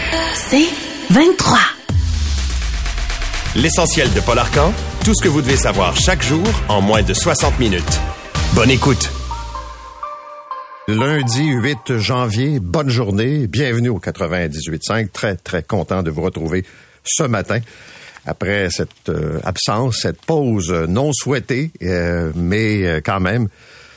C'est 23. L'essentiel de Paul Arcand, tout ce que vous devez savoir chaque jour en moins de 60 minutes. Bonne écoute. Lundi 8 janvier, bonne journée, bienvenue au 98.5. Très, très content de vous retrouver ce matin. Après cette absence, cette pause non souhaitée, mais quand même,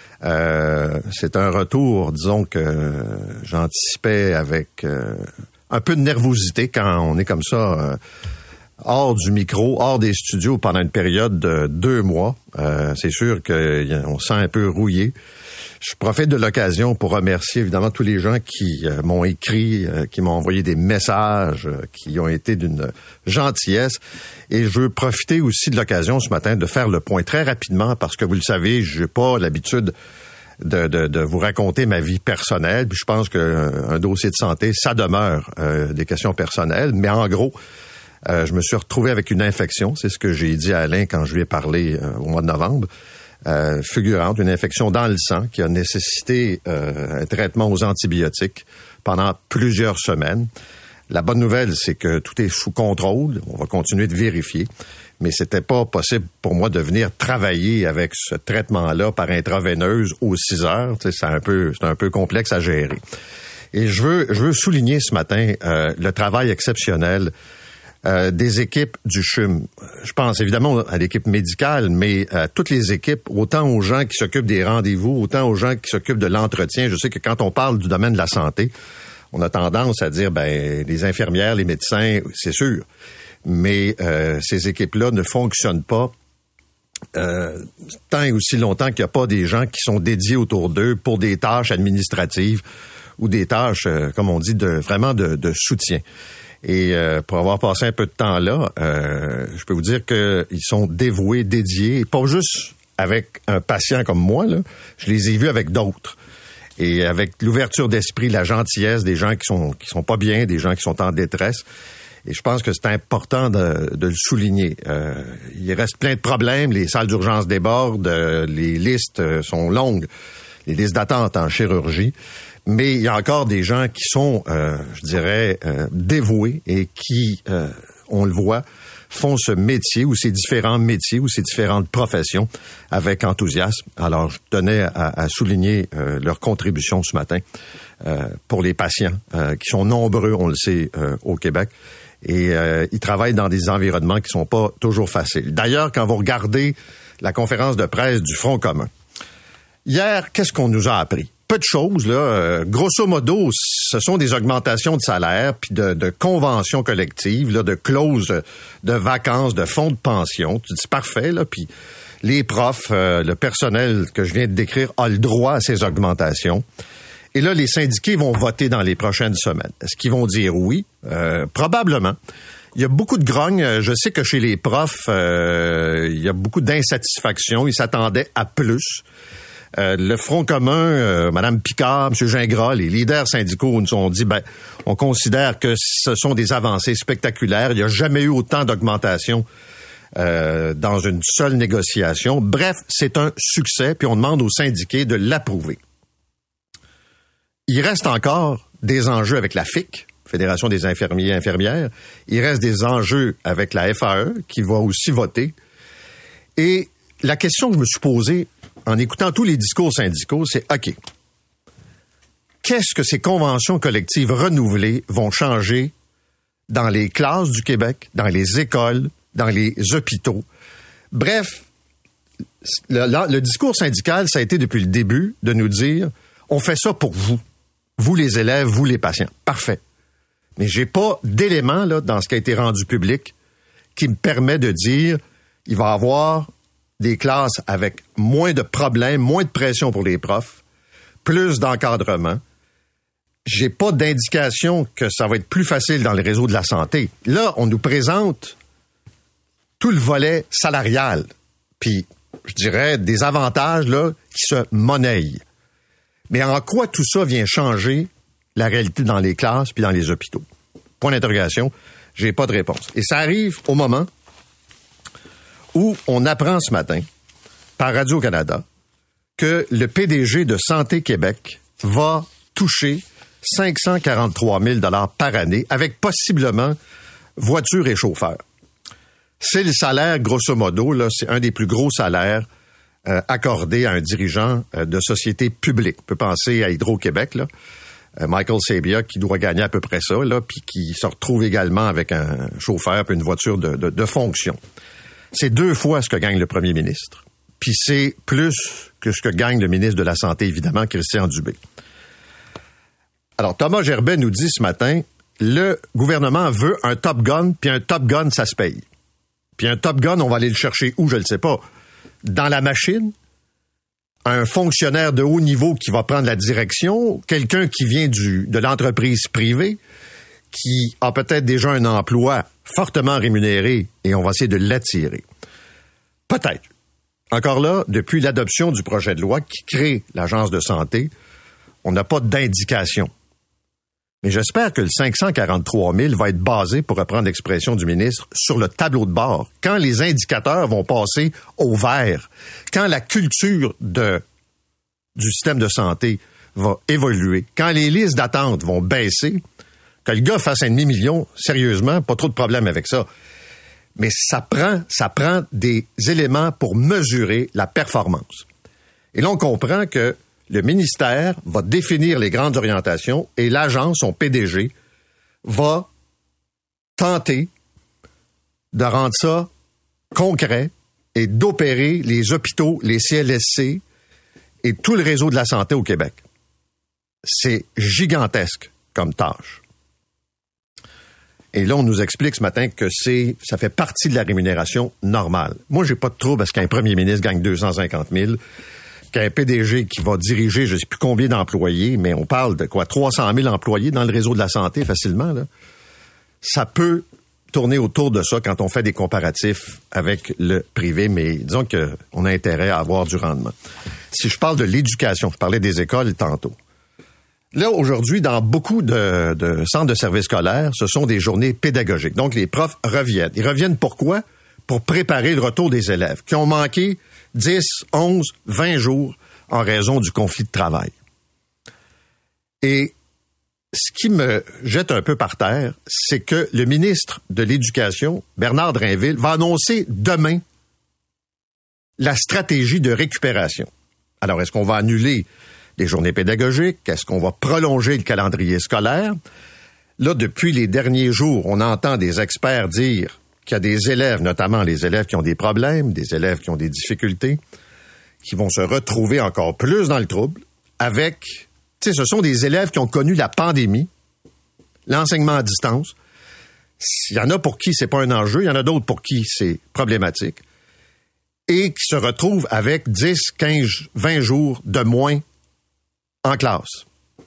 c'est un retour, disons que j'anticipais avec un peu de nervosité quand on est comme ça, hors du micro, hors des studios pendant une période de 2 mois. C'est sûr qu'on se sent un peu rouillé. Je profite de l'occasion pour remercier évidemment tous les gens qui m'ont écrit, qui m'ont envoyé des messages, qui ont été d'une gentillesse. Et je veux profiter aussi de l'occasion ce matin de faire le point très rapidement parce que vous le savez, j'ai pas l'habitude de vous raconter ma vie personnelle. Puis je pense qu'un dossier de santé, ça demeure des questions personnelles. Mais en gros, je me suis retrouvé avec une infection. C'est ce que j'ai dit à Alain quand je lui ai parlé au mois de novembre. Fulgurante, une infection dans le sang qui a nécessité un traitement aux antibiotiques pendant plusieurs semaines. La bonne nouvelle, c'est que tout est sous contrôle. On va continuer de vérifier. Mais c'était pas possible pour moi de venir travailler avec ce traitement-là par intraveineuse aux 6 heures. Tu sais, c'est un peu complexe à gérer. Et je veux souligner ce matin le travail exceptionnel des équipes du CHUM. Je pense évidemment à l'équipe médicale, mais à toutes les équipes, autant aux gens qui s'occupent des rendez-vous, autant aux gens qui s'occupent de l'entretien. Je sais que quand on parle du domaine de la santé, on a tendance à dire, les infirmières, les médecins, c'est sûr. Mais ces équipes-là ne fonctionnent pas tant et aussi longtemps qu'il n'y a pas des gens qui sont dédiés autour d'eux pour des tâches administratives ou des tâches, comme on dit, vraiment de soutien. Et pour avoir passé un peu de temps là, je peux vous dire qu'ils sont dévoués, dédiés, pas juste avec un patient comme moi, là, je les ai vus avec d'autres. Et avec l'ouverture d'esprit, la gentillesse des gens qui sont pas bien, des gens qui sont en détresse. Et je pense que c'est important de le souligner. Il reste plein de problèmes, les salles d'urgence débordent, les listes sont longues, les listes d'attente en chirurgie. Mais il y a encore des gens qui sont, je dirais, dévoués et qui, on le voit, font ce métier ou ces différents métiers ou ces différentes professions avec enthousiasme. Alors, je tenais à souligner leur contribution ce matin pour les patients qui sont nombreux, on le sait, au Québec. Et ils travaillent dans des environnements qui sont pas toujours faciles. D'ailleurs, quand vous regardez la conférence de presse du Front commun, hier, qu'est-ce qu'on nous a appris? Peu de choses, là. Grosso modo, ce sont des augmentations de salaire, puis de conventions collectives, là, de clauses de vacances, de fonds de pension. Tu dis parfait, là. Puis les profs, le personnel que je viens de décrire a le droit à ces augmentations. Et là, les syndiqués vont voter dans les prochaines semaines. Est-ce qu'ils vont dire oui? Probablement. Il y a beaucoup de grogne. Je sais que chez les profs, il y a beaucoup d'insatisfaction. Ils s'attendaient à plus. Le Front commun, Mme Picard, M. Gingras, les leaders syndicaux nous ont dit, on considère que ce sont des avancées spectaculaires. Il n'y a jamais eu autant d'augmentation dans une seule négociation. Bref, c'est un succès, puis on demande aux syndiqués de l'approuver. Il reste encore des enjeux avec la FIC, Fédération des infirmiers et infirmières. Il reste des enjeux avec la FAE, qui va aussi voter. Et la question que je me suis posée en écoutant tous les discours syndicaux, c'est OK. Qu'est-ce que ces conventions collectives renouvelées vont changer dans les classes du Québec, dans les écoles, dans les hôpitaux? Bref, le discours syndical, ça a été depuis le début de nous dire on fait ça pour vous les élèves, vous les patients. Parfait. Mais j'ai pas d'éléments là dans ce qui a été rendu public qui me permet de dire il va y avoir des classes avec moins de problèmes, moins de pression pour les profs, plus d'encadrement. J'ai pas d'indication que ça va être plus facile dans le réseau de la santé. Là, on nous présente tout le volet salarial, puis je dirais des avantages là qui se monnaient. Mais en quoi tout ça vient changer la réalité dans les classes puis dans les hôpitaux? Point d'interrogation, j'ai pas de réponse. Et ça arrive au moment où on apprend ce matin, par Radio-Canada, que le PDG de Santé Québec va toucher 543 000 $ par année, avec possiblement voiture et chauffeur. C'est le salaire, grosso modo, là, c'est un des plus gros salaires accordés à un dirigeant de société publique. On peut penser à Hydro-Québec, là. Michael Sabia, qui doit gagner à peu près ça, là, puis qui se retrouve également avec un chauffeur puis une voiture de fonction. C'est 2 fois ce que gagne le premier ministre. Puis c'est plus que ce que gagne le ministre de la Santé, évidemment, Christian Dubé. Alors, Thomas Gerbet nous dit ce matin, le gouvernement veut un Top Gun, puis un Top Gun, ça se paye. Puis un Top Gun, on va aller le chercher où, je ne sais pas. Dans la machine, un fonctionnaire de haut niveau qui va prendre la direction, quelqu'un qui vient de l'entreprise privée, qui a peut-être déjà un emploi fortement rémunéré, et on va essayer de l'attirer. Peut-être. Encore là, depuis l'adoption du projet de loi qui crée l'Agence de santé, on n'a pas d'indication. Mais j'espère que le 543 000 va être basé, pour reprendre l'expression du ministre, sur le tableau de bord. Quand les indicateurs vont passer au vert, quand la culture du système de santé va évoluer, quand les listes d'attente vont baisser, que le gars fasse 1,5 million, sérieusement, pas trop de problème avec ça. Mais ça prend des éléments pour mesurer la performance. Et là, on comprend que le ministère va définir les grandes orientations et l'agence, son PDG, va tenter de rendre ça concret et d'opérer les hôpitaux, les CLSC et tout le réseau de la santé au Québec. C'est gigantesque comme tâche. Et là, on nous explique ce matin que ça fait partie de la rémunération normale. Moi, j'ai pas de trouble parce qu'un premier ministre gagne 250 000, qu'un PDG qui va diriger je ne sais plus combien d'employés, mais on parle de quoi, 300 000 employés dans le réseau de la santé facilement, là. Ça peut tourner autour de ça quand on fait des comparatifs avec le privé, mais disons qu'on a intérêt à avoir du rendement. Si je parle de l'éducation, je parlais des écoles tantôt. Là, aujourd'hui, dans beaucoup de centres de services scolaires, ce sont des journées pédagogiques. Donc, les profs reviennent. Ils reviennent pourquoi? Pour préparer le retour des élèves qui ont manqué 10, 11, 20 jours en raison du conflit de travail. Et ce qui me jette un peu par terre, c'est que le ministre de l'Éducation, Bernard Drinville, va annoncer demain la stratégie de récupération. Alors, est-ce qu'on va annuler les journées pédagogiques? Est-ce qu'on va prolonger le calendrier scolaire? Là, depuis les derniers jours, on entend des experts dire qu'il y a des élèves, notamment les élèves qui ont des problèmes, des élèves qui ont des difficultés, qui vont se retrouver encore plus dans le trouble avec, tu sais, ce sont des élèves qui ont connu la pandémie, l'enseignement à distance. Il y en a pour qui c'est pas un enjeu, il y en a d'autres pour qui c'est problématique, et qui se retrouvent avec 10, 15, 20 jours de moins en classe.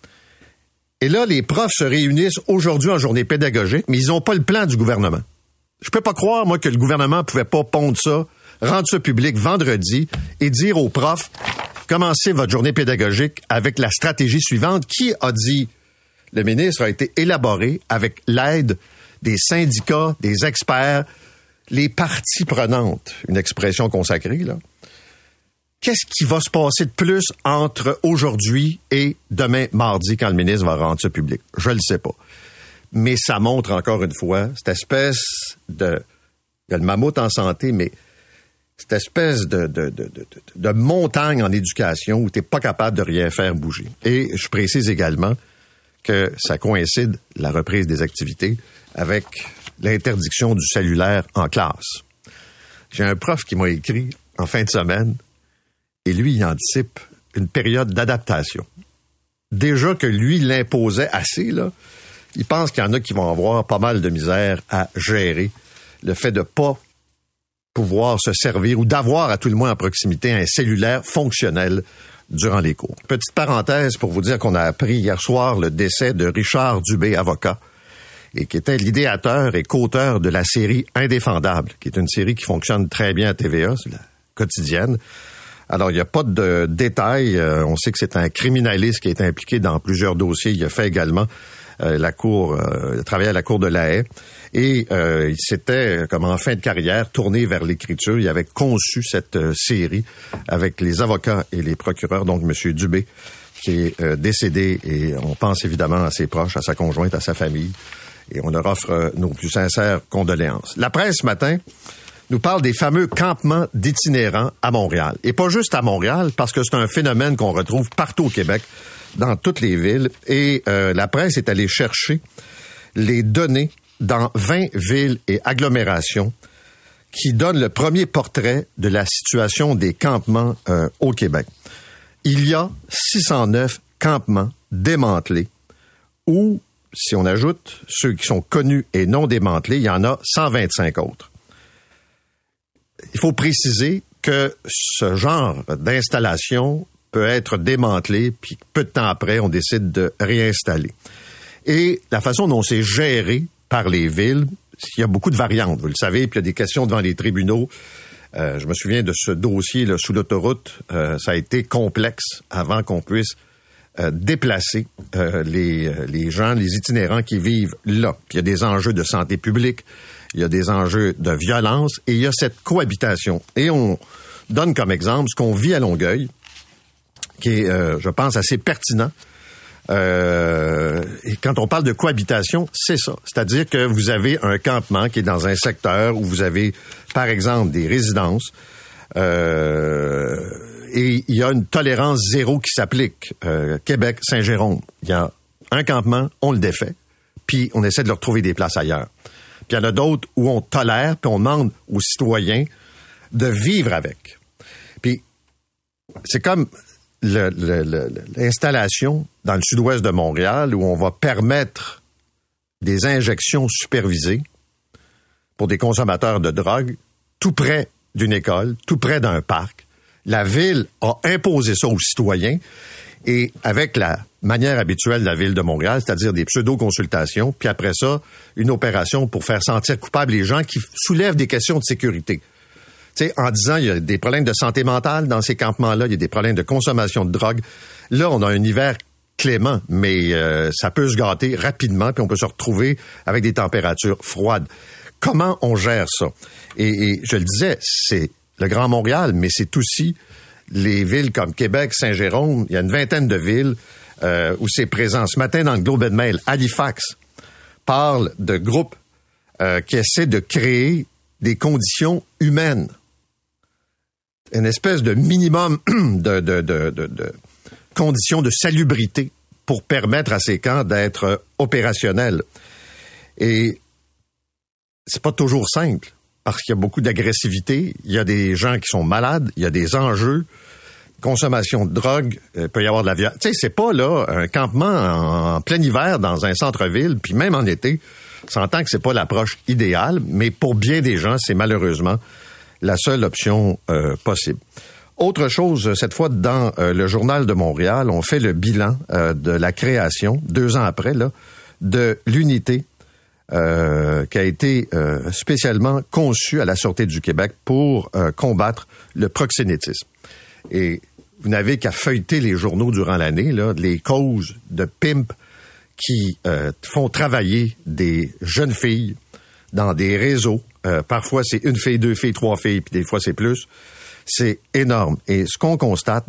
Et là, les profs se réunissent aujourd'hui en journée pédagogique, mais ils n'ont pas le plan du gouvernement. Je peux pas croire, moi, que le gouvernement pouvait pas pondre ça, rendre ça public vendredi et dire aux profs, commencez votre journée pédagogique avec la stratégie suivante qui, a dit le ministre, a été élaborée avec l'aide des syndicats, des experts, les parties prenantes, une expression consacrée, là. Qu'est-ce qui va se passer de plus entre aujourd'hui et demain, mardi, quand le ministre va rendre ça public? Je ne le sais pas. Mais ça montre encore une fois cette espèce de... Il y a le mammouth en santé, mais cette espèce de montagne en éducation où tu n'es pas capable de rien faire bouger. Et je précise également que ça coïncide, la reprise des activités, avec l'interdiction du cellulaire en classe. J'ai un prof qui m'a écrit en fin de semaine, et lui, il anticipe une période d'adaptation. Déjà que lui l'imposait assez, là, il pense qu'il y en a qui vont avoir pas mal de misère à gérer le fait de pas pouvoir se servir ou d'avoir à tout le moins en proximité un cellulaire fonctionnel durant les cours. Petite parenthèse pour vous dire qu'on a appris hier soir le décès de Richard Dubé, avocat, et qui était l'idéateur et qu'auteur de la série Indéfendable, qui est une série qui fonctionne très bien à TVA, c'est la quotidienne. Alors, il n'y a pas de détails. On sait que c'est un criminaliste qui a été impliqué dans plusieurs dossiers. Il a fait également il a travaillé à la Cour de la Haye. Et il s'était, comme en fin de carrière, tourné vers l'écriture. Il avait conçu cette série avec les avocats et les procureurs, donc M. Dubé, qui est décédé, et on pense évidemment à ses proches, à sa conjointe, à sa famille, et on leur offre nos plus sincères condoléances. La presse, ce matin, nous parle des fameux campements d'itinérants à Montréal. Et pas juste à Montréal, parce que c'est un phénomène qu'on retrouve partout au Québec, dans toutes les villes. Et la presse est allée chercher les données dans 20 villes et agglomérations qui donnent le premier portrait de la situation des campements au Québec. Il y a 609 campements démantelés, ou, si on ajoute ceux qui sont connus et non démantelés, il y en a 125 autres. Il faut préciser que ce genre d'installation peut être démantelé, puis peu de temps après, on décide de réinstaller. Et la façon dont c'est géré par les villes, il y a beaucoup de variantes, vous le savez, puis il y a des questions devant les tribunaux. Je me souviens de ce dossier là, sous l'autoroute. Ça a été complexe avant qu'on puisse déplacer les gens, les itinérants qui vivent là. Puis il y a des enjeux de santé publique, il y a des enjeux de violence, et il y a cette cohabitation. Et on donne comme exemple ce qu'on vit à Longueuil, qui est, je pense, assez pertinent. Et quand on parle de cohabitation, c'est ça. C'est-à-dire que vous avez un campement qui est dans un secteur où vous avez, par exemple, des résidences, et il y a une tolérance zéro qui s'applique. Québec, Saint-Jérôme, il y a un campement, on le défait, puis on essaie de leur trouver des places ailleurs. Puis il y en a d'autres où on tolère, puis on demande aux citoyens de vivre avec. Puis c'est comme l'installation dans le sud-ouest de Montréal où on va permettre des injections supervisées pour des consommateurs de drogue tout près d'une école, tout près d'un parc. La ville a imposé ça aux citoyens, et avec la manière habituelle de la ville de Montréal, c'est-à-dire des pseudo-consultations, puis après ça, une opération pour faire sentir coupables les gens qui soulèvent des questions de sécurité. Tu sais, en disant il y a des problèmes de santé mentale dans ces campements-là, il y a des problèmes de consommation de drogue. Là, on a un hiver clément, mais ça peut se gâter rapidement, puis on peut se retrouver avec des températures froides. Comment on gère ça? Et je le disais, c'est le Grand Montréal, mais c'est aussi les villes comme Québec, Saint-Jérôme. Il y a une vingtaine de villes où c'est présent. Ce matin, dans le Globe and Mail, Halifax parle de groupes qui essaient de créer des conditions humaines. Une espèce de minimum de conditions de salubrité pour permettre à ces camps d'être opérationnels. Et c'est pas toujours simple, parce qu'il y a beaucoup d'agressivité, il y a des gens qui sont malades, il y a des enjeux, consommation de drogue, il peut y avoir de la violence. Tu sais, c'est pas là un campement en plein hiver dans un centre-ville, puis même en été, on s'entend que c'est pas l'approche idéale, mais pour bien des gens, c'est malheureusement la seule option possible. Autre chose, cette fois dans le Journal de Montréal, on fait le bilan de la création, 2 ans après, là, de l'unité qui a été spécialement conçue à la Sûreté du Québec pour combattre le proxénétisme. Et vous n'avez qu'à feuilleter les journaux durant l'année, là, les causes de pimp qui font travailler des jeunes filles dans des réseaux. Parfois, c'est 1 fille, 2 filles, 3 filles, puis des fois, c'est plus. C'est énorme. Et ce qu'on constate,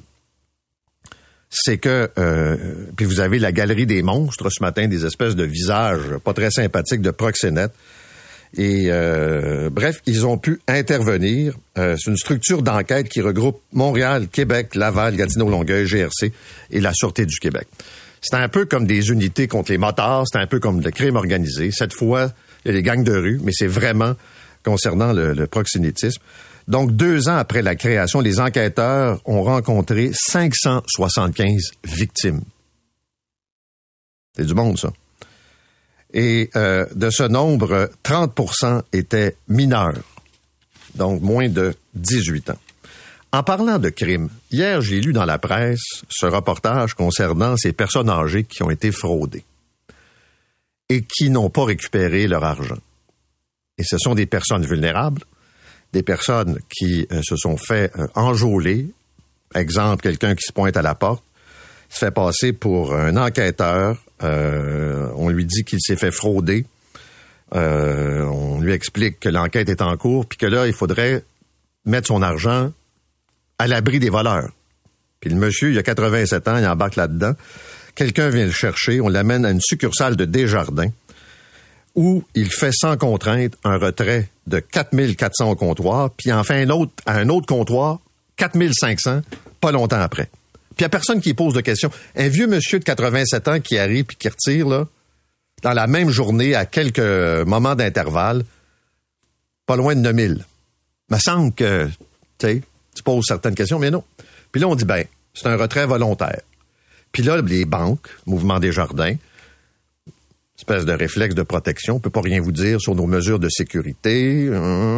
c'est que... puis vous avez la galerie des monstres ce matin, des espèces de visages pas très sympathiques de proxénètes. Et bref, ils ont pu intervenir. C'est une structure d'enquête qui regroupe Montréal, Québec, Laval, Gatineau, Longueuil, GRC et la Sûreté du Québec. C'est un peu comme des unités contre les motards, c'est un peu comme le crime organisé. Cette fois, il y a les gangs de rue, mais c'est vraiment concernant le proxénétisme. Donc, 2 ans après la création, les enquêteurs ont rencontré 575 victimes. C'est du monde, ça. Et de ce nombre, 30% étaient mineurs, donc moins de 18 ans. En parlant de crimes, hier, j'ai lu dans la presse ce reportage concernant ces personnes âgées qui ont été fraudées et qui n'ont pas récupéré leur argent. Et ce sont des personnes vulnérables, des personnes qui se sont fait enjôler. Exemple, quelqu'un qui se pointe à la porte, se fait passer pour un enquêteur, on lui dit qu'il s'est fait frauder, on lui explique que l'enquête est en cours, puis que là, il faudrait mettre son argent à l'abri des voleurs. Puis le monsieur, il a 87 ans, il embarque là-dedans. Quelqu'un vient le chercher, on l'amène à une succursale de Desjardins, où il fait sans contrainte un retrait de 4400 au comptoir, puis en fait un autre comptoir, 4500, pas longtemps après. Puis il n'y a personne qui pose de questions. Un vieux monsieur de 87 ans qui arrive puis qui retire, là, dans la même journée, à quelques moments d'intervalle, pas loin de 9000. Il me semble que, tu poses certaines questions, mais non. Puis là, on dit, c'est un retrait volontaire. Puis là, les banques, Mouvement Desjardins, espèce de réflexe de protection, on ne peut pas rien vous dire sur nos mesures de sécurité.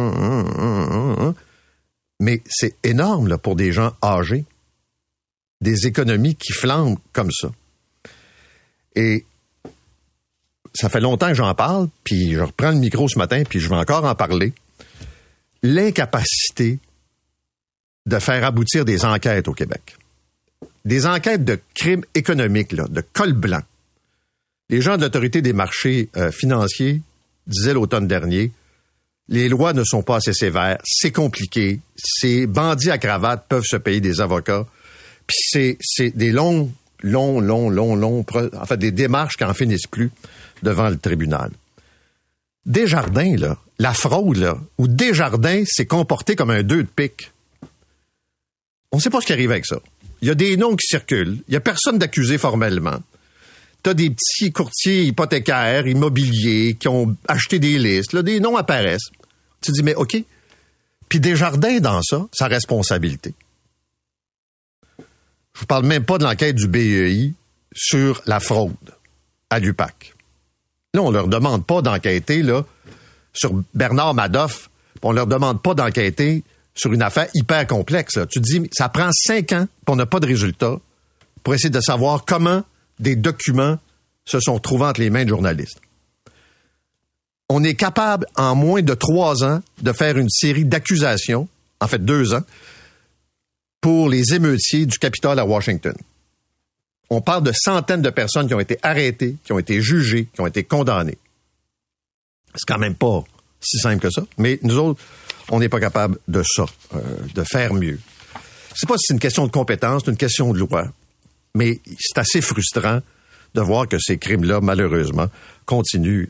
Mais c'est énorme là, pour des gens âgés. Des économies qui flambent comme ça. Et ça fait longtemps que j'en parle, puis je reprends le micro ce matin, puis je vais encore en parler. L'incapacité de faire aboutir des enquêtes au Québec. Des enquêtes de crimes économiques, là, de col blanc. Les gens de l'Autorité des marchés financiers disaient l'automne dernier, les lois ne sont pas assez sévères, c'est compliqué, ces bandits à cravate peuvent se payer des avocats, puis c'est des longs, en fait, des démarches qui n'en finissent plus devant le tribunal. Desjardins, là, la fraude, là, où Desjardins s'est comporté comme un 2 de pique. On ne sait pas ce qui arrive avec ça. Il y a des noms qui circulent, il n'y a personne d'accusé formellement. T'as des petits courtiers hypothécaires, immobiliers, qui ont acheté des listes, là, des noms apparaissent. Tu te dis, mais OK. Puis Desjardins, dans ça, sa responsabilité. Je vous parle même pas de l'enquête du BEI sur la fraude à l'UPAC. Là, on leur demande pas d'enquêter là sur Bernard Madoff. On leur demande pas d'enquêter sur une affaire hyper complexe. Là. Tu te dis, ça prend 5 ans pour n'a pas de résultat pour essayer de savoir comment des documents se sont trouvés entre les mains de journalistes. On est capable, en moins de 3 ans, de faire une série d'accusations, en fait 2 ans, pour les émeutiers du Capitole à Washington. On parle de centaines de personnes qui ont été arrêtées, qui ont été jugées, qui ont été condamnées. C'est quand même pas si simple que ça, mais nous autres, on n'est pas capable de ça, de faire mieux. Je sais pas si c'est une question de compétence, c'est une question de loi, mais c'est assez frustrant de voir que ces crimes-là, malheureusement, continuent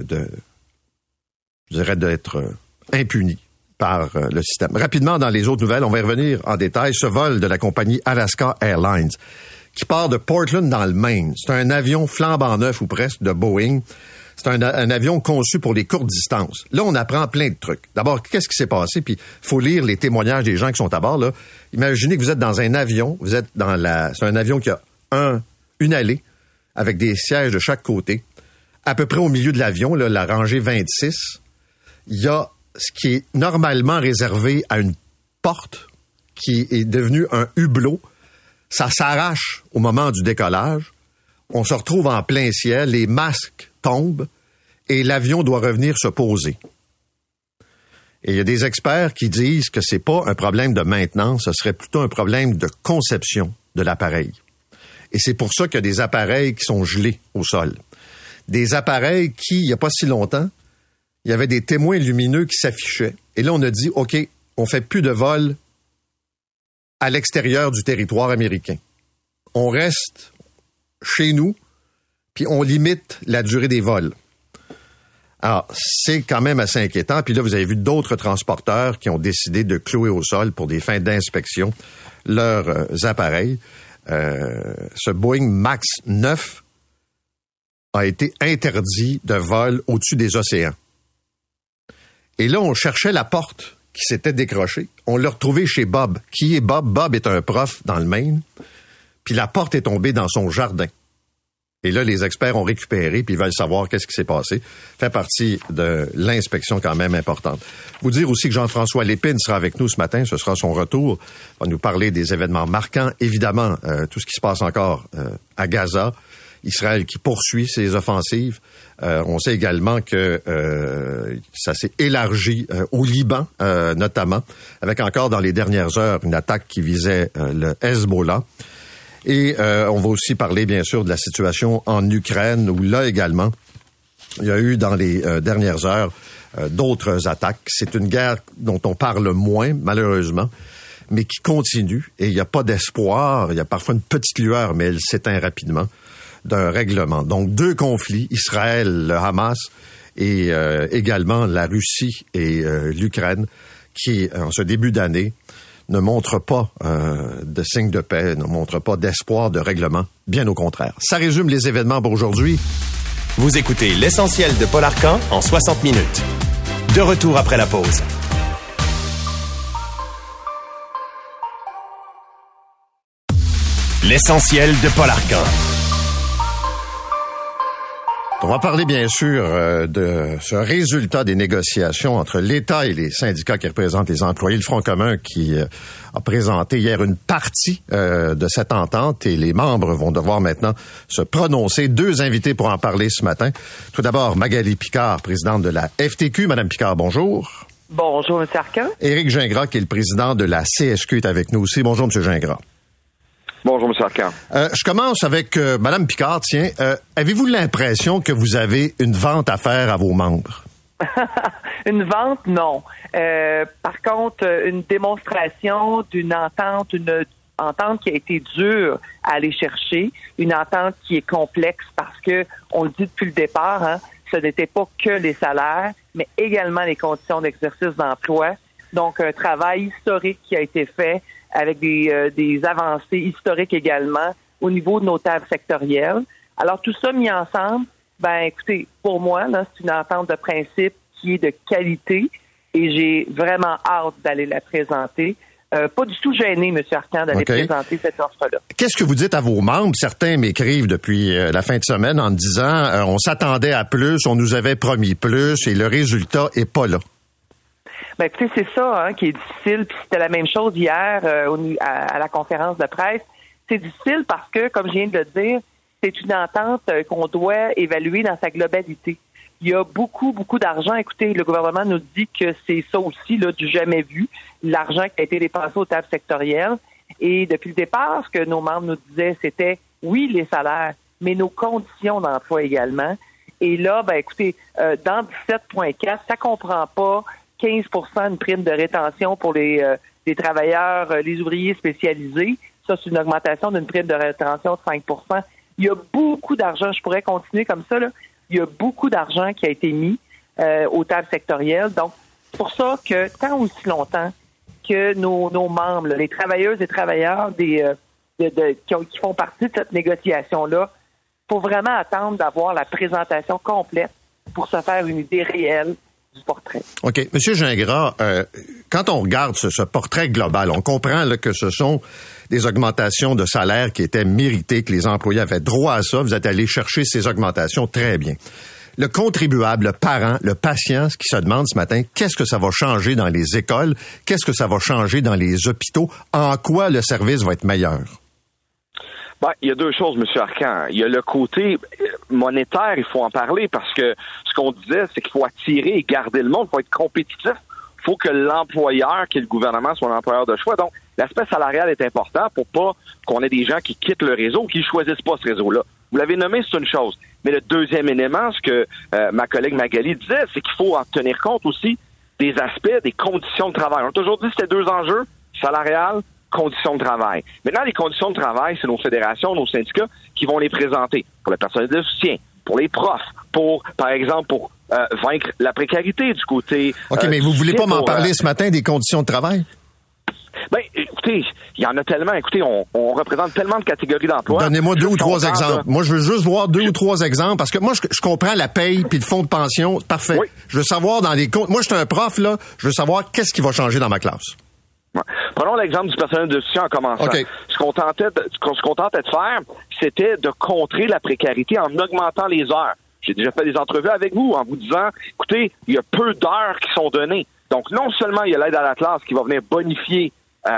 d'être impunis par le système. Rapidement, dans les autres nouvelles, on va y revenir en détail. Ce vol de la compagnie Alaska Airlines qui part de Portland dans le Maine. C'est un avion flambant neuf ou presque de Boeing. C'est un avion conçu pour les courtes distances. Là, on apprend plein de trucs. D'abord, qu'est-ce qui s'est passé? Puis, faut lire les témoignages des gens qui sont à bord. Là. Imaginez que vous êtes dans un avion. Vous êtes c'est un avion qui a une allée avec des sièges de chaque côté. À peu près au milieu de l'avion, là, la rangée 26, il y a ce qui est normalement réservé à une porte qui est devenue un hublot. Ça s'arrache au moment du décollage. On se retrouve en plein ciel, les masques tombent et l'avion doit revenir se poser. Et il y a des experts qui disent que c'est pas un problème de maintenance, ce serait plutôt un problème de conception de l'appareil. Et c'est pour ça qu'il y a des appareils qui sont gelés au sol. Des appareils qui, il n'y a pas si longtemps, il y avait des témoins lumineux qui s'affichaient. Et là, on a dit, OK, on fait plus de vols à l'extérieur du territoire américain. On reste chez nous, puis on limite la durée des vols. Alors, c'est quand même assez inquiétant. Puis là, vous avez vu d'autres transporteurs qui ont décidé de clouer au sol pour des fins d'inspection leurs appareils. Ce Boeing Max 9 a été interdit de vol au-dessus des océans. Et là, on cherchait la porte qui s'était décrochée. On l'a retrouvée chez Bob. Qui est Bob? Bob est un prof dans le Maine. Puis la porte est tombée dans son jardin. Et là, les experts ont récupéré, puis ils veulent savoir qu'est-ce qui s'est passé. Fait partie de l'inspection quand même importante. Vous dire aussi que Jean-François Lépine sera avec nous ce matin. Ce sera son retour. Il va nous parler des événements marquants. Évidemment, tout ce qui se passe encore à Gaza. Israël qui poursuit ses offensives. On sait également que ça s'est élargi au Liban, notamment, avec encore dans les dernières heures une attaque qui visait le Hezbollah. Et on va aussi parler, bien sûr, de la situation en Ukraine, où là également, il y a eu dans les dernières heures d'autres attaques. C'est une guerre dont on parle moins, malheureusement, mais qui continue, et il n'y a pas d'espoir, il y a parfois une petite lueur, mais elle s'éteint rapidement, d'un règlement. Donc, 2 conflits, Israël, le Hamas, et également la Russie et l'Ukraine, qui, en ce début d'année, ne montrent pas de signe de paix, ne montrent pas d'espoir de règlement, bien au contraire. Ça résume les événements pour aujourd'hui. Vous écoutez l'essentiel de Paul Arcan en 60 minutes. De retour après la pause. L'essentiel de Paul Arcan. On va parler bien sûr de ce résultat des négociations entre l'État et les syndicats qui représentent les employés. Le Front commun qui a présenté hier une partie de cette entente et les membres vont devoir maintenant se prononcer. 2 invités pour en parler ce matin. Tout d'abord, Magali Picard, présidente de la FTQ. Madame Picard, bonjour. Bonjour, M. Arcan. Éric Gingras, qui est le président de la CSQ, est avec nous aussi. Bonjour, M. Gingras. Bonjour, M. Arcan. Je commence avec Mme Picard. Tiens, avez-vous l'impression que vous avez une vente à faire à vos membres? Une vente, non. Par contre, une démonstration d'une entente, une entente qui a été dure à aller chercher, une entente qui est complexe parce que, on le dit depuis le départ, hein, ce n'était pas que les salaires, mais également les conditions d'exercice d'emploi. Donc, un travail historique qui a été fait avec des avancées historiques également au niveau de nos tables sectorielles. Alors, tout ça mis ensemble, écoutez, pour moi, là, c'est une entente de principe qui est de qualité et j'ai vraiment hâte d'aller la présenter. Pas du tout gêné, M. Arcan, d'aller présenter cette offre-là. Qu'est-ce que vous dites à vos membres? Certains m'écrivent depuis la fin de semaine en disant on s'attendait à plus, on nous avait promis plus et le résultat est pas là. Écoutez, c'est ça qui est difficile, puis c'était la même chose hier à la conférence de presse. C'est difficile parce que, comme je viens de le dire, c'est une entente qu'on doit évaluer dans sa globalité. Il y a beaucoup, beaucoup d'argent. Écoutez, le gouvernement nous dit que c'est ça aussi, là, du jamais vu, l'argent qui a été dépensé aux tables sectorielles. Et depuis le départ, ce que nos membres nous disaient, c'était, oui, les salaires, mais nos conditions d'emploi également. Et là, écoutez, dans 17.4, ça comprend pas 15 de prime de rétention pour les travailleurs, les ouvriers spécialisés. Ça, c'est une augmentation d'une prime de rétention de 5 Il y a beaucoup d'argent, je pourrais continuer comme ça, là. Il y a beaucoup d'argent qui a été mis aux tables sectorielles. Donc, c'est pour ça que tant aussi longtemps que nos membres, là, les travailleuses et travailleurs qui font partie de cette négociation-là, il faut vraiment attendre d'avoir la présentation complète pour se faire une idée réelle du portrait. OK. Monsieur Gingras, quand on regarde ce portrait global, on comprend là, que ce sont des augmentations de salaire qui étaient méritées, que les employés avaient droit à ça. Vous êtes allé chercher ces augmentations très bien. Le contribuable, le parent, le patient, ce qui se demande ce matin, qu'est-ce que ça va changer dans les écoles? Qu'est-ce que ça va changer dans les hôpitaux? En quoi le service va être meilleur? Il y a 2 choses, M. Arcan. Il y a le côté monétaire, il faut en parler, parce que ce qu'on disait, c'est qu'il faut attirer et garder le monde, il faut être compétitif. Il faut que l'employeur, qui est le gouvernement, soit l'employeur de choix. Donc, l'aspect salarial est important pour pas qu'on ait des gens qui quittent le réseau ou qui ne choisissent pas ce réseau-là. Vous l'avez nommé, c'est une chose. Mais le deuxième élément, ce que ma collègue Magali disait, c'est qu'il faut en tenir compte aussi des aspects, des conditions de travail. On a toujours dit que c'était 2 enjeux, salarial, conditions de travail. Maintenant, les conditions de travail, c'est nos fédérations, nos syndicats qui vont les présenter pour le personnel de soutien, pour les profs, par exemple, pour vaincre la précarité du côté... OK, mais vous voulez pas m'en parler ce matin des conditions de travail? Écoutez, il y en a tellement. Écoutez, on représente tellement de catégories d'emploi. Donnez-moi 2 ou 3 exemples. Moi, je veux juste voir 2 ou 3 exemples, parce que moi, je comprends la paye puis le fonds de pension. Parfait. Oui. Je veux savoir dans les comptes. Moi, je suis un prof, là. Je veux savoir qu'est-ce qui va changer dans ma classe. Ouais. Prenons l'exemple du personnel de soutien en commençant. Okay. Ce qu'on tentait de faire, c'était de contrer la précarité en augmentant les heures. J'ai déjà fait des entrevues avec vous en vous disant, écoutez, il y a peu d'heures qui sont données. Donc, non seulement il y a l'aide à la classe qui va venir bonifier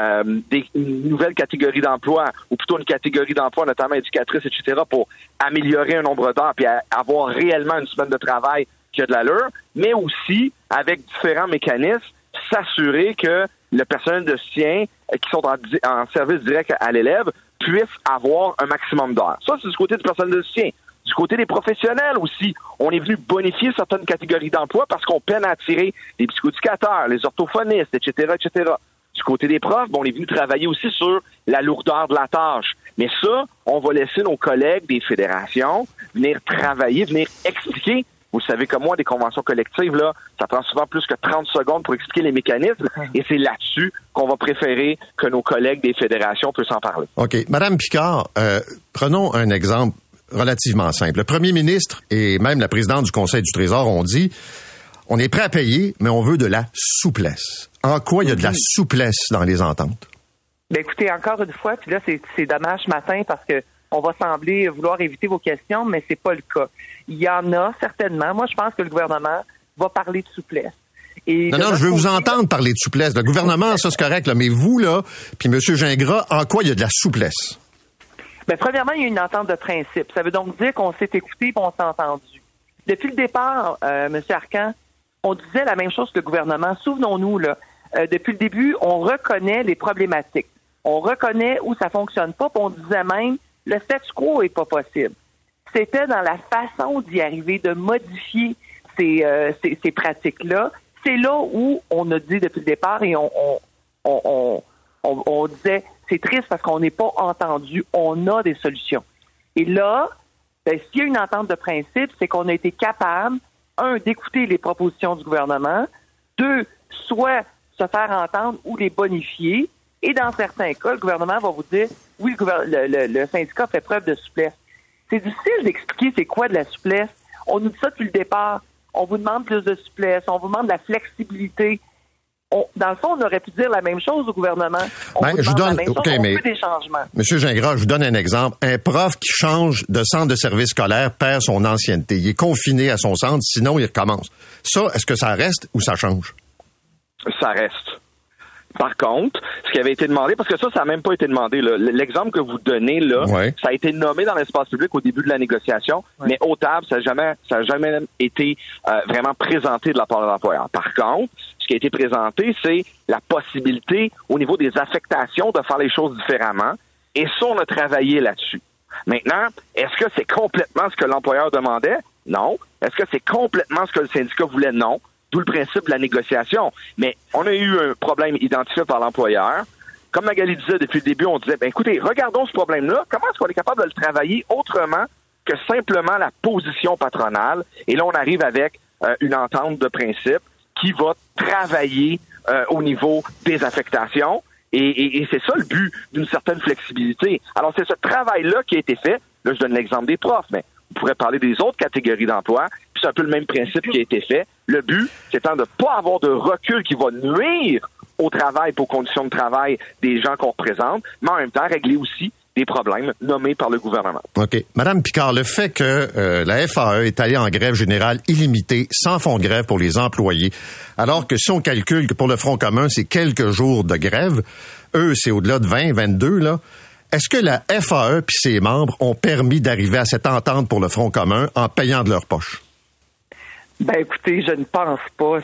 une nouvelle catégorie d'emploi, ou plutôt une catégorie d'emploi, notamment éducatrice, etc., pour améliorer un nombre d'heures et avoir réellement une semaine de travail qui a de l'allure, mais aussi, avec différents mécanismes, s'assurer que le personnel de soutien qui sont en service direct à l'élève puisse avoir un maximum d'heures. Ça, c'est du côté du personnel de soutien. Du côté des professionnels aussi, on est venu bonifier certaines catégories d'emploi parce qu'on peine à attirer les psychoéducateurs, les orthophonistes, etc., etc. Du côté des profs, on est venu travailler aussi sur la lourdeur de la tâche. Mais ça, on va laisser nos collègues des fédérations venir travailler, venir expliquer. Vous savez comme moi, des conventions collectives, là, ça prend souvent plus que 30 secondes pour expliquer les mécanismes. Et c'est là-dessus qu'on va préférer que nos collègues des fédérations puissent en parler. OK. Madame Picard, prenons un exemple relativement simple. Le premier ministre et même la présidente du Conseil du Trésor ont dit on est prêt à payer, mais on veut de la souplesse. En quoi il y a de la souplesse dans les ententes? Bien, écoutez, encore une fois, puis là, c'est dommage ce matin parce que on va sembler vouloir éviter vos questions, mais c'est pas le cas. Il y en a certainement. Moi, je pense que le gouvernement va parler de souplesse. Et non, je veux vous entendre parler de souplesse. Le gouvernement, ça, c'est correct, là, mais vous, là, puis M. Gingras, en quoi il y a de la souplesse? Bien, premièrement, il y a une entente de principe. Ça veut donc dire qu'on s'est écouté et on s'est entendu. Depuis le départ, M. Arcan, on disait la même chose que le gouvernement. Souvenons-nous, là, depuis le début, on reconnaît les problématiques. On reconnaît où ça fonctionne pas, puis on disait même, le statu quo est pas possible. C'était dans la façon d'y arriver, de modifier ces pratiques-là. C'est là où on a dit depuis le départ et on disait, c'est triste parce qu'on n'est pas entendu, on a des solutions. Et là, s'il y a une entente de principe, c'est qu'on a été capable, d'écouter les propositions du gouvernement, soit se faire entendre ou les bonifier. Et dans certains cas, le gouvernement va vous dire, oui, le syndicat fait preuve de souplesse. C'est difficile d'expliquer c'est quoi de la souplesse. On nous dit ça depuis le départ. On vous demande plus de souplesse. On vous demande de la flexibilité. Dans le fond, on aurait pu dire la même chose au gouvernement. On veut des changements. Monsieur Gingras, je vous donne un exemple. Un prof qui change de centre de service scolaire perd son ancienneté. Il est confiné à son centre, sinon il recommence. Ça, est-ce que ça reste ou ça change? Ça reste. Par contre, ce qui avait été demandé, parce que ça n'a même pas été demandé, là. L'exemple que vous donnez là, ça a été nommé dans l'espace public au début de la négociation, mais au table, ça n'a jamais été vraiment présenté de la part de l'employeur. Par contre, ce qui a été présenté, c'est la possibilité au niveau des affectations de faire les choses différemment, et ça, on a travaillé là-dessus. Maintenant, est-ce que c'est complètement ce que l'employeur demandait? Non. Est-ce que c'est complètement ce que le syndicat voulait? Non. D'où le principe de la négociation. Mais on a eu un problème identifié par l'employeur. Comme Magali disait depuis le début, on disait, écoutez, regardons ce problème-là. Comment est-ce qu'on est capable de le travailler autrement que simplement la position patronale? Et là, on arrive avec une entente de principe qui va travailler au niveau des affectations. Et c'est ça le but d'une certaine flexibilité. Alors, c'est ce travail-là qui a été fait. Là, je donne l'exemple des profs, mais on pourrait parler des autres catégories d'emploi, puis c'est un peu le même principe qui a été fait. Le but, c'est de ne pas avoir de recul qui va nuire au travail, aux conditions de travail des gens qu'on représente, mais en même temps, régler aussi des problèmes nommés par le gouvernement. OK. Madame Picard, le fait que la FAE est allée en grève générale illimitée, sans fonds de grève pour les employés, alors que si on calcule que pour le Front commun, c'est quelques jours de grève, eux, c'est au-delà de 20, 22, là. Est-ce que la FAE puis ses membres ont permis d'arriver à cette entente pour le Front commun en payant de leur poche? Ben, écoutez, je ne pense pas.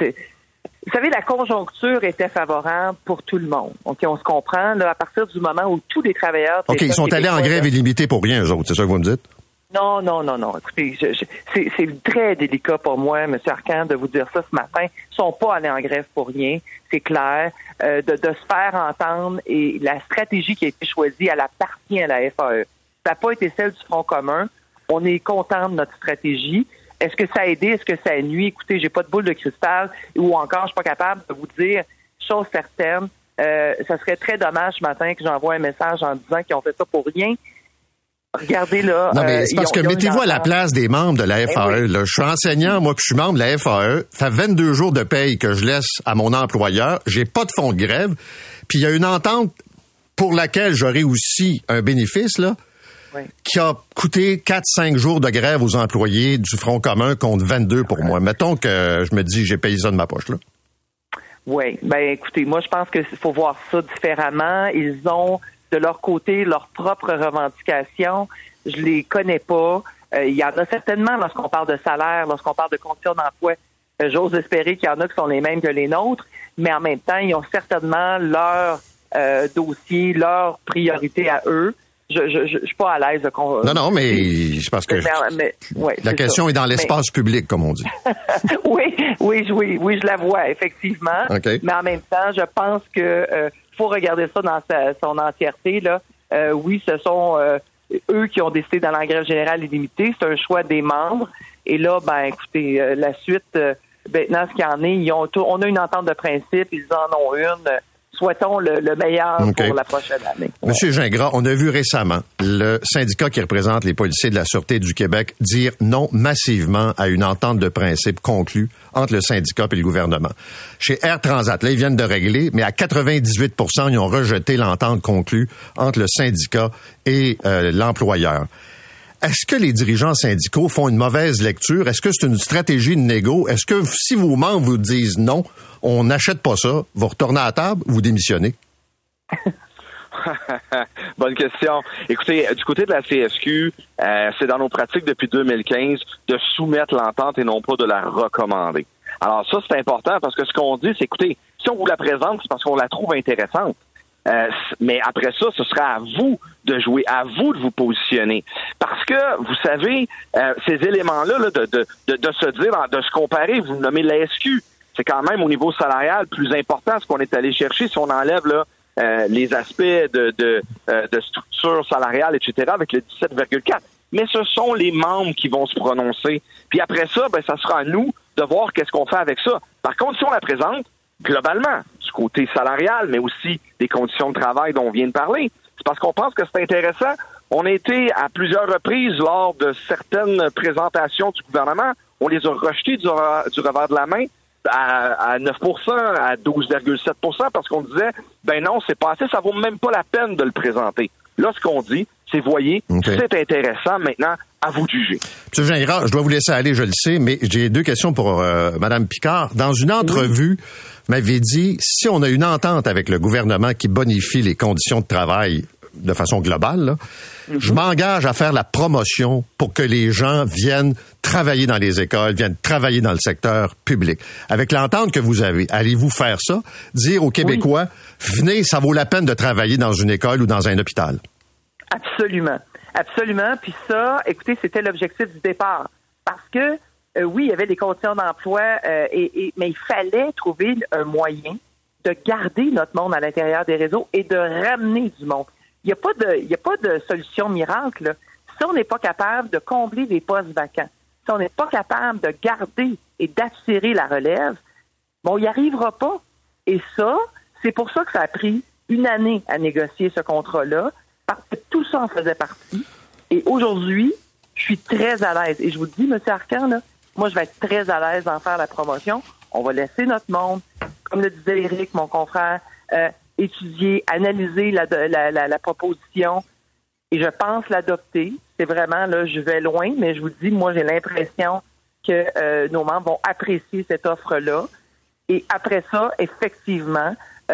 Vous savez, la conjoncture était favorable pour tout le monde. OK, on se comprend, là, à partir du moment où tous les travailleurs... OK, ils sont allés en grève illimitée pour rien, eux autres, c'est ça que vous me dites? Non. Écoutez, c'est très délicat pour moi, M. Arcan, de vous dire ça ce matin. Ils sont pas allés en grève pour rien, c'est clair. De se faire entendre et la stratégie qui a été choisie, elle appartient à la FAE. Ça n'a pas été celle du Front commun. On est content de notre stratégie. Est-ce que ça a aidé? Est-ce que ça a nui? Écoutez, j'ai pas de boule de cristal ou encore, je suis pas capable de vous dire chose certaine. Ça serait très dommage ce matin que j'envoie un message en disant qu'ils ont fait ça pour rien. Regardez là. Non, mais c'est parce que mettez-vous à la place des membres de la FAE. Oui. Là. Je suis enseignant, moi, puis je suis membre de la FAE. Ça fait 22 jours de paye que je laisse à mon employeur. J'ai pas de fonds de grève. Puis il y a une entente pour laquelle j'aurai aussi un bénéfice, là, qui a coûté 4-5 jours de grève aux employés du Front commun contre 22 pour moi. Mettons que je me dis j'ai payé ça de ma poche, là. Oui. Ben écoutez, moi, je pense qu'il faut voir ça différemment. Ils ont de leur côté leurs propres revendications. Je les connais pas. Il y en a certainement lorsqu'on parle de salaire, lorsqu'on parle de conditions d'emploi. J'ose espérer qu'il y en a qui sont les mêmes que les nôtres, mais en même temps, ils ont certainement leur dossier, leur priorité à eux. je suis pas à l'aise de Non, mais c'est parce que la question est dans l'espace public, comme on dit. oui, je la vois, effectivement. Okay. Mais en même temps, je pense que faut regarder ça dans son entièreté, là. Oui, ce sont eux qui ont décidé dans la grève générale illimitée. C'est un choix des membres. Et là, écoutez, la suite, maintenant, ce qu'il y en est, on a une entente de principe, ils en ont une. Souhaitons le meilleur pour la prochaine année. Monsieur Gingras, on a vu récemment le syndicat qui représente les policiers de la Sûreté du Québec dire non massivement à une entente de principe conclue entre le syndicat et le gouvernement. Chez Air Transat, là, ils viennent de régler, mais à 98%, ils ont rejeté l'entente conclue entre le syndicat et l'employeur. Est-ce que les dirigeants syndicaux font une mauvaise lecture? Est-ce que c'est une stratégie de négo? Est-ce que si vos membres vous disent non, on n'achète pas ça, vous retournez à la table ou vous démissionnez? Bonne question. Écoutez, du côté de la CSQ, c'est dans nos pratiques depuis 2015 de soumettre l'entente et non pas de la recommander. Alors ça, c'est important parce que ce qu'on dit, c'est écoutez, si on vous la présente, c'est parce qu'on la trouve intéressante. Mais après ça, ce sera à vous de jouer, à vous de vous positionner. Parce que, vous savez, ces éléments-là, là, de se dire, de se comparer, vous nommez la SQ, c'est quand même au niveau salarial plus important ce qu'on est allé chercher si on enlève là les aspects de structure salariale, etc., avec le 17,4. Mais ce sont les membres qui vont se prononcer. Puis après ça, ça sera à nous de voir qu'est-ce qu'on fait avec ça. Par contre, si on la présente, globalement, du côté salarial, mais aussi des conditions de travail dont on vient de parler, c'est parce qu'on pense que c'est intéressant. On a été à plusieurs reprises lors de certaines présentations du gouvernement, on les a rejetées du revers de la main à 9%, à 12,7%, parce qu'on disait, non, c'est pas assez, ça vaut même pas la peine de le présenter. Là, ce qu'on dit, c'est, voyez, c'est intéressant, maintenant, à vous de juger. M. Gingras, je dois vous laisser aller, je le sais, mais j'ai deux questions pour Mme Picard. Dans une entrevue, vous m'avez dit, si on a une entente avec le gouvernement qui bonifie les conditions de travail de façon globale, là, je m'engage à faire la promotion pour que les gens viennent travailler dans les écoles, viennent travailler dans le secteur public. Avec l'entente que vous avez, allez-vous faire ça? Dire aux Québécois, venez, ça vaut la peine de travailler dans une école ou dans un hôpital? Absolument. Absolument. Puis ça, écoutez, c'était l'objectif du départ. Parce que, oui, il y avait des conditions d'emploi, mais il fallait trouver un moyen de garder notre monde à l'intérieur des réseaux et de ramener du monde. Il n'y a pas de solution miracle, là. Si on n'est pas capable de combler des postes vacants, si on n'est pas capable de garder et d'attirer la relève, on n'y arrivera pas. Et ça, c'est pour ça que ça a pris une année à négocier ce contrat-là, parce que tout ça en faisait partie. Et aujourd'hui, je suis très à l'aise. Et je vous dis, M. Arcan, là, moi, je vais être très à l'aise d'en faire la promotion. On va laisser notre monde, comme le disait Éric, mon confrère, étudier, analyser la proposition et je pense l'adopter. C'est vraiment, là, je vais loin, mais je vous dis, moi, j'ai l'impression que nos membres vont apprécier cette offre-là. Et après ça, effectivement,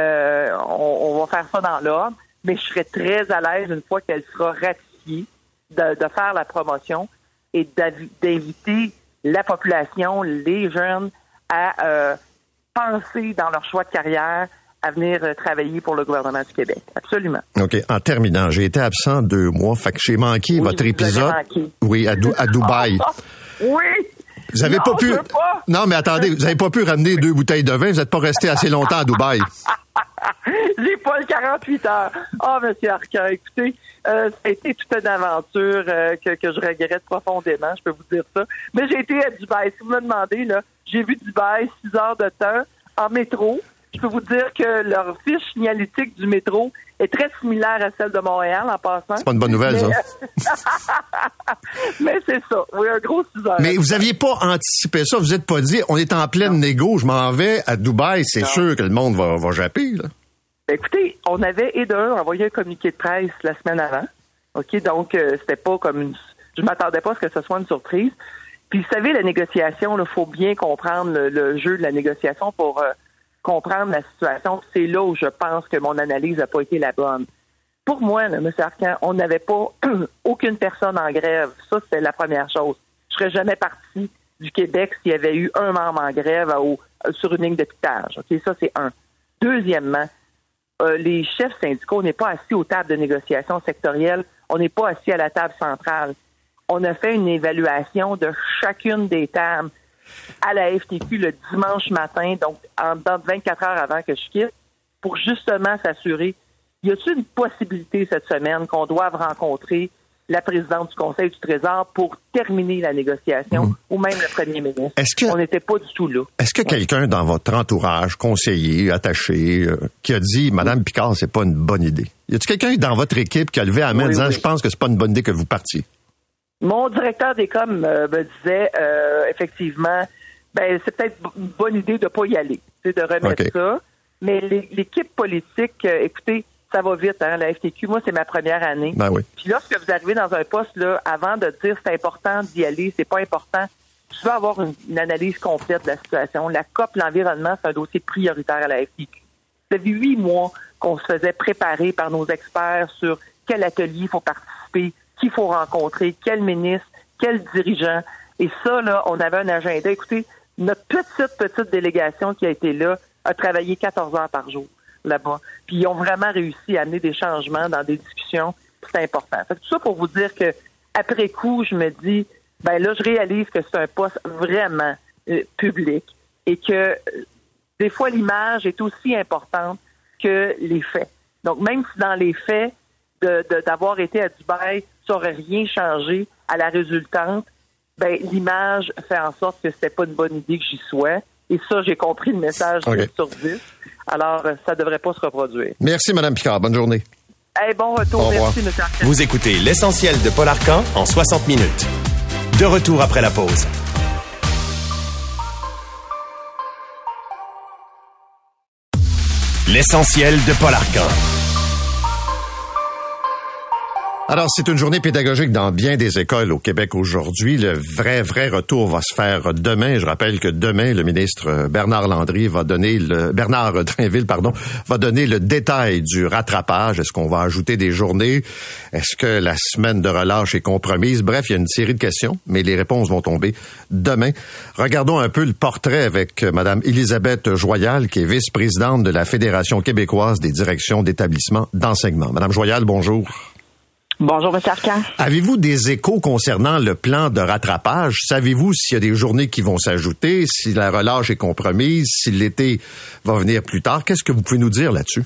on va faire ça dans l'ordre, mais je serai très à l'aise une fois qu'elle sera ratifiée de faire la promotion et d'inviter la population, les jeunes, à penser dans leur choix de carrière à venir travailler pour le gouvernement du Québec. Absolument. OK. En terminant, j'ai été absent 2 mois, fait que j'ai manqué votre épisode. Oui, à Dubaï. Oui! Vous avez pas pu... Non, mais attendez, vous n'avez pas pu ramener 2 bouteilles de vin, vous n'êtes pas resté assez longtemps à Dubaï. J'ai pas le 48 heures. Monsieur Arcan, écoutez, ça a été toute une aventure que je regrette profondément, je peux vous dire ça. Mais j'ai été à Dubaï. Si vous me demandez, là, j'ai vu Dubaï 6 heures de temps en métro. Je peux vous dire que leur fiche signalétique du métro est très similaire à celle de Montréal en passant. C'est pas une bonne nouvelle, ça. Mais c'est ça. Oui, un gros 6 heures. Mais vous aviez pas anticipé ça. Vous êtes pas dit, on est en pleine négo, je m'en vais à Dubaï, c'est sûr que le monde va japper, là. Écoutez, on avait envoyé un communiqué de presse la semaine avant. OK, donc c'était pas comme je m'attendais pas à ce que ce soit une surprise. Puis vous savez, la négociation, il faut bien comprendre le jeu de la négociation pour comprendre la situation. C'est là où je pense que mon analyse n'a pas été la bonne. Pour moi, là, M. Arcan, on n'avait pas aucune personne en grève. Ça, c'était la première chose. Je serais jamais parti du Québec s'il y avait eu un membre en grève sur une ligne de pitage. OK, ça, c'est un. Deuxièmement, les chefs syndicaux n'est pas assis aux tables de négociation sectorielles. On n'est pas assis à la table centrale. On a fait une évaluation de chacune des tables à la FTQ le dimanche matin, donc dans 24 heures avant que je quitte, pour justement s'assurer, y a-t-il une possibilité cette semaine qu'on doive rencontrer la présidente du Conseil du Trésor pour terminer la négociation, ou même le premier ministre? On n'était pas du tout là. Est-ce que quelqu'un dans votre entourage, conseiller, attaché, qui a dit « Madame Picard, c'est pas une bonne idée ». Y a-t-il quelqu'un dans votre équipe qui a levé la main en disant « Je pense que c'est pas une bonne idée que vous partiez ». Mon directeur des coms me disait effectivement, c'est peut-être une bonne idée de pas y aller, de remettre ça. Mais l'équipe politique, écoutez, ça va vite, hein, la FTQ. Moi, c'est ma première année. Ben oui. Puis lorsque vous arrivez dans un poste, là, avant de dire c'est important d'y aller, c'est pas important, tu vas avoir une analyse complète de la situation. La COP, l'environnement, c'est un dossier prioritaire à la FTQ. Ça fait 8 mois qu'on se faisait préparer par nos experts sur quel atelier il faut participer, qui il faut rencontrer, quel ministre, quel dirigeant. Et ça, là, on avait un agenda. Écoutez, notre petite délégation qui a été là a travaillé 14 heures par jour là-bas. Puis ils ont vraiment réussi à amener des changements dans des discussions. C'est important. Fait que tout ça pour vous dire que après coup, je me dis, là, je réalise que c'est un poste vraiment public et que des fois, l'image est aussi importante que les faits. Donc, même si dans les faits, d'avoir été à Dubaï, ça n'aurait rien changé à la résultante, l'image fait en sorte que c'était pas une bonne idée que j'y sois. Et ça, j'ai compris le message 10 sur 10. Alors, ça ne devrait pas se reproduire. Merci, Mme Picard. Bonne journée. Bon retour. Merci, M. Arcan. Vous écoutez l'essentiel de Paul Arcan en 60 minutes. De retour après la pause. L'essentiel de Paul Arcan. Alors, c'est une journée pédagogique dans bien des écoles au Québec aujourd'hui. Le vrai retour va se faire demain. Je rappelle que demain, le ministre Bernard Drinville, va donner le détail du rattrapage. Est-ce qu'on va ajouter des journées? Est-ce que la semaine de relâche est compromise? Bref, il y a une série de questions, mais les réponses vont tomber demain. Regardons un peu le portrait avec Mme Élisabeth Joyal, qui est vice-présidente de la Fédération québécoise des directions d'établissements d'enseignement. Mme Joyal, bonjour. Bonjour, M. Arcan. Avez-vous des échos concernant le plan de rattrapage? Savez-vous s'il y a des journées qui vont s'ajouter, si la relâche est compromise, si l'été va venir plus tard? Qu'est-ce que vous pouvez nous dire là-dessus?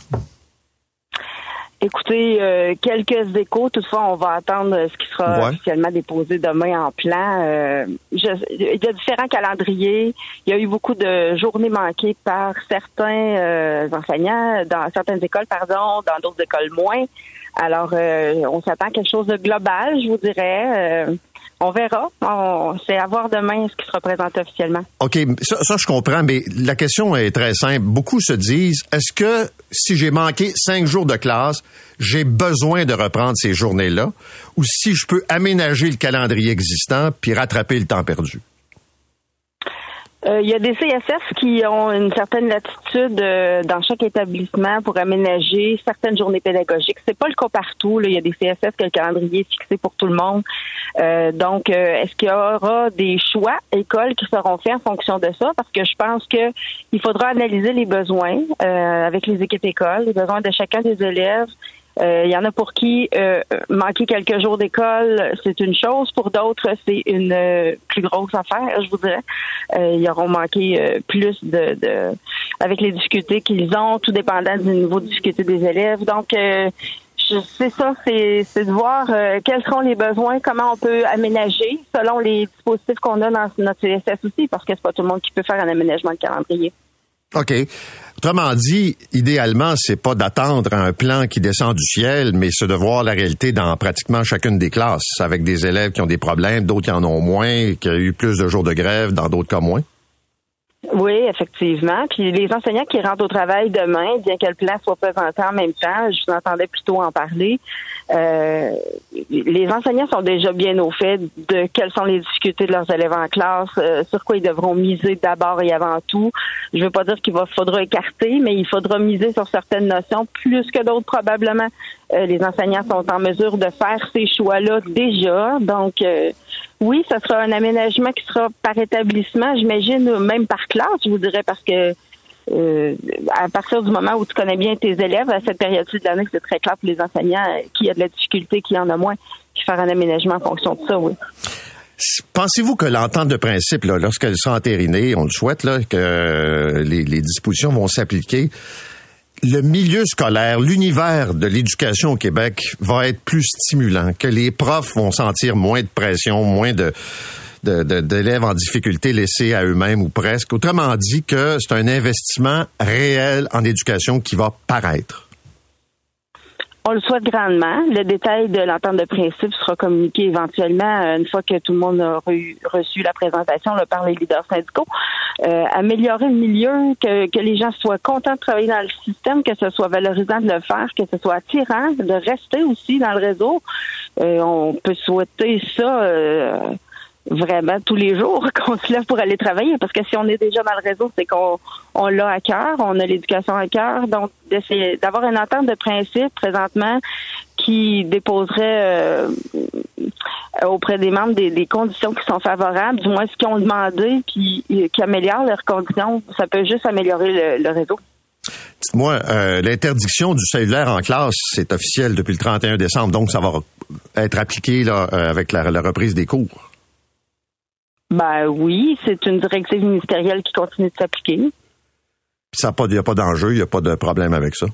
Écoutez, quelques échos. Toutefois, on va attendre ce qui sera officiellement déposé demain en plan. Il y a différents calendriers. Il y a eu beaucoup de journées manquées par certains enseignants, dans certaines écoles, dans d'autres écoles moins. Alors, on s'attend à quelque chose de global, je vous dirais. On verra. C'est à voir demain ce qui sera présenté officiellement. OK, ça je comprends, mais la question est très simple. Beaucoup se disent, est-ce que si j'ai manqué 5 jours de classe, j'ai besoin de reprendre ces journées-là, ou si je peux aménager le calendrier existant puis rattraper le temps perdu? Il y a des CSF qui ont une certaine latitude dans chaque établissement pour aménager certaines journées pédagogiques. C'est pas le cas partout. Là. Il y a des CSF que le calendrier est fixé pour tout le monde. Donc, est-ce qu'il y aura des choix écoles qui seront faits en fonction de ça? Parce que je pense que il faudra analyser les besoins avec les équipes écoles, les besoins de chacun des élèves. Il y en a pour qui manquer quelques jours d'école, c'est une chose. Pour d'autres, c'est une plus grosse affaire, je vous dirais. Ils auront manqué plus de avec les difficultés qu'ils ont, tout dépendant du niveau de difficulté des élèves. Donc, c'est ça, c'est de voir quels seront les besoins, comment on peut aménager selon les dispositifs qu'on a dans notre CSS aussi, parce que c'est pas tout le monde qui peut faire un aménagement de calendrier. OK. Autrement dit, idéalement, c'est pas d'attendre un plan qui descend du ciel, mais c'est de voir la réalité dans pratiquement chacune des classes, avec des élèves qui ont des problèmes, d'autres qui en ont moins, qui ont eu plus de jours de grève, dans d'autres cas moins. Oui, effectivement. Puis les enseignants qui rentrent au travail demain, bien que le plan soit présenté en même temps, je vous entendais plutôt en parler, les enseignants sont déjà bien au fait de quelles sont les difficultés de leurs élèves en classe, sur quoi ils devront miser d'abord et avant tout. Je veux pas dire qu'il faudra écarter, mais il faudra miser sur certaines notions plus que d'autres probablement. Les enseignants sont en mesure de faire ces choix-là déjà. Donc, oui, ce sera un aménagement qui sera par établissement, j'imagine, même par classe, je vous dirais, parce que à partir du moment où tu connais bien tes élèves, à cette période-ci de l'année, c'est très clair pour les enseignants qui a de la difficulté, qui en a moins, puis faire un aménagement en fonction de ça, oui. Pensez-vous que l'entente de principe, là, lorsqu'elle sera entérinée, on le souhaite, là, que les dispositions vont s'appliquer, le milieu scolaire, l'univers de l'éducation au Québec va être plus stimulant, que les profs vont sentir moins de pression, moins d'élèves en difficulté laissés à eux-mêmes ou presque. Autrement dit que c'est un investissement réel en éducation qui va paraître. On le souhaite grandement. Le détail de l'entente de principe sera communiqué éventuellement une fois que tout le monde a reçu la présentation là, par les leaders syndicaux. Améliorer le milieu, que les gens soient contents de travailler dans le système, que ce soit valorisant de le faire, que ce soit attirant de rester aussi dans le réseau. On peut souhaiter ça vraiment tous les jours qu'on se lève pour aller travailler, parce que si on est déjà dans le réseau, c'est qu'on l'a à cœur, on a l'éducation à cœur, donc d'essayer d'avoir une entente de principe présentement qui déposerait auprès des membres des conditions qui sont favorables, du moins ce qu'ils ont demandé, puis qui améliorent leurs conditions, ça peut juste améliorer le réseau. Dites-moi, l'interdiction du cellulaire en classe, c'est officiel depuis le 31 décembre, donc ça va être appliqué là avec la reprise des cours. Ben oui, c'est une directive ministérielle qui continue de s'appliquer. Puis il n'y a pas d'enjeu, il n'y a pas de problème avec ça?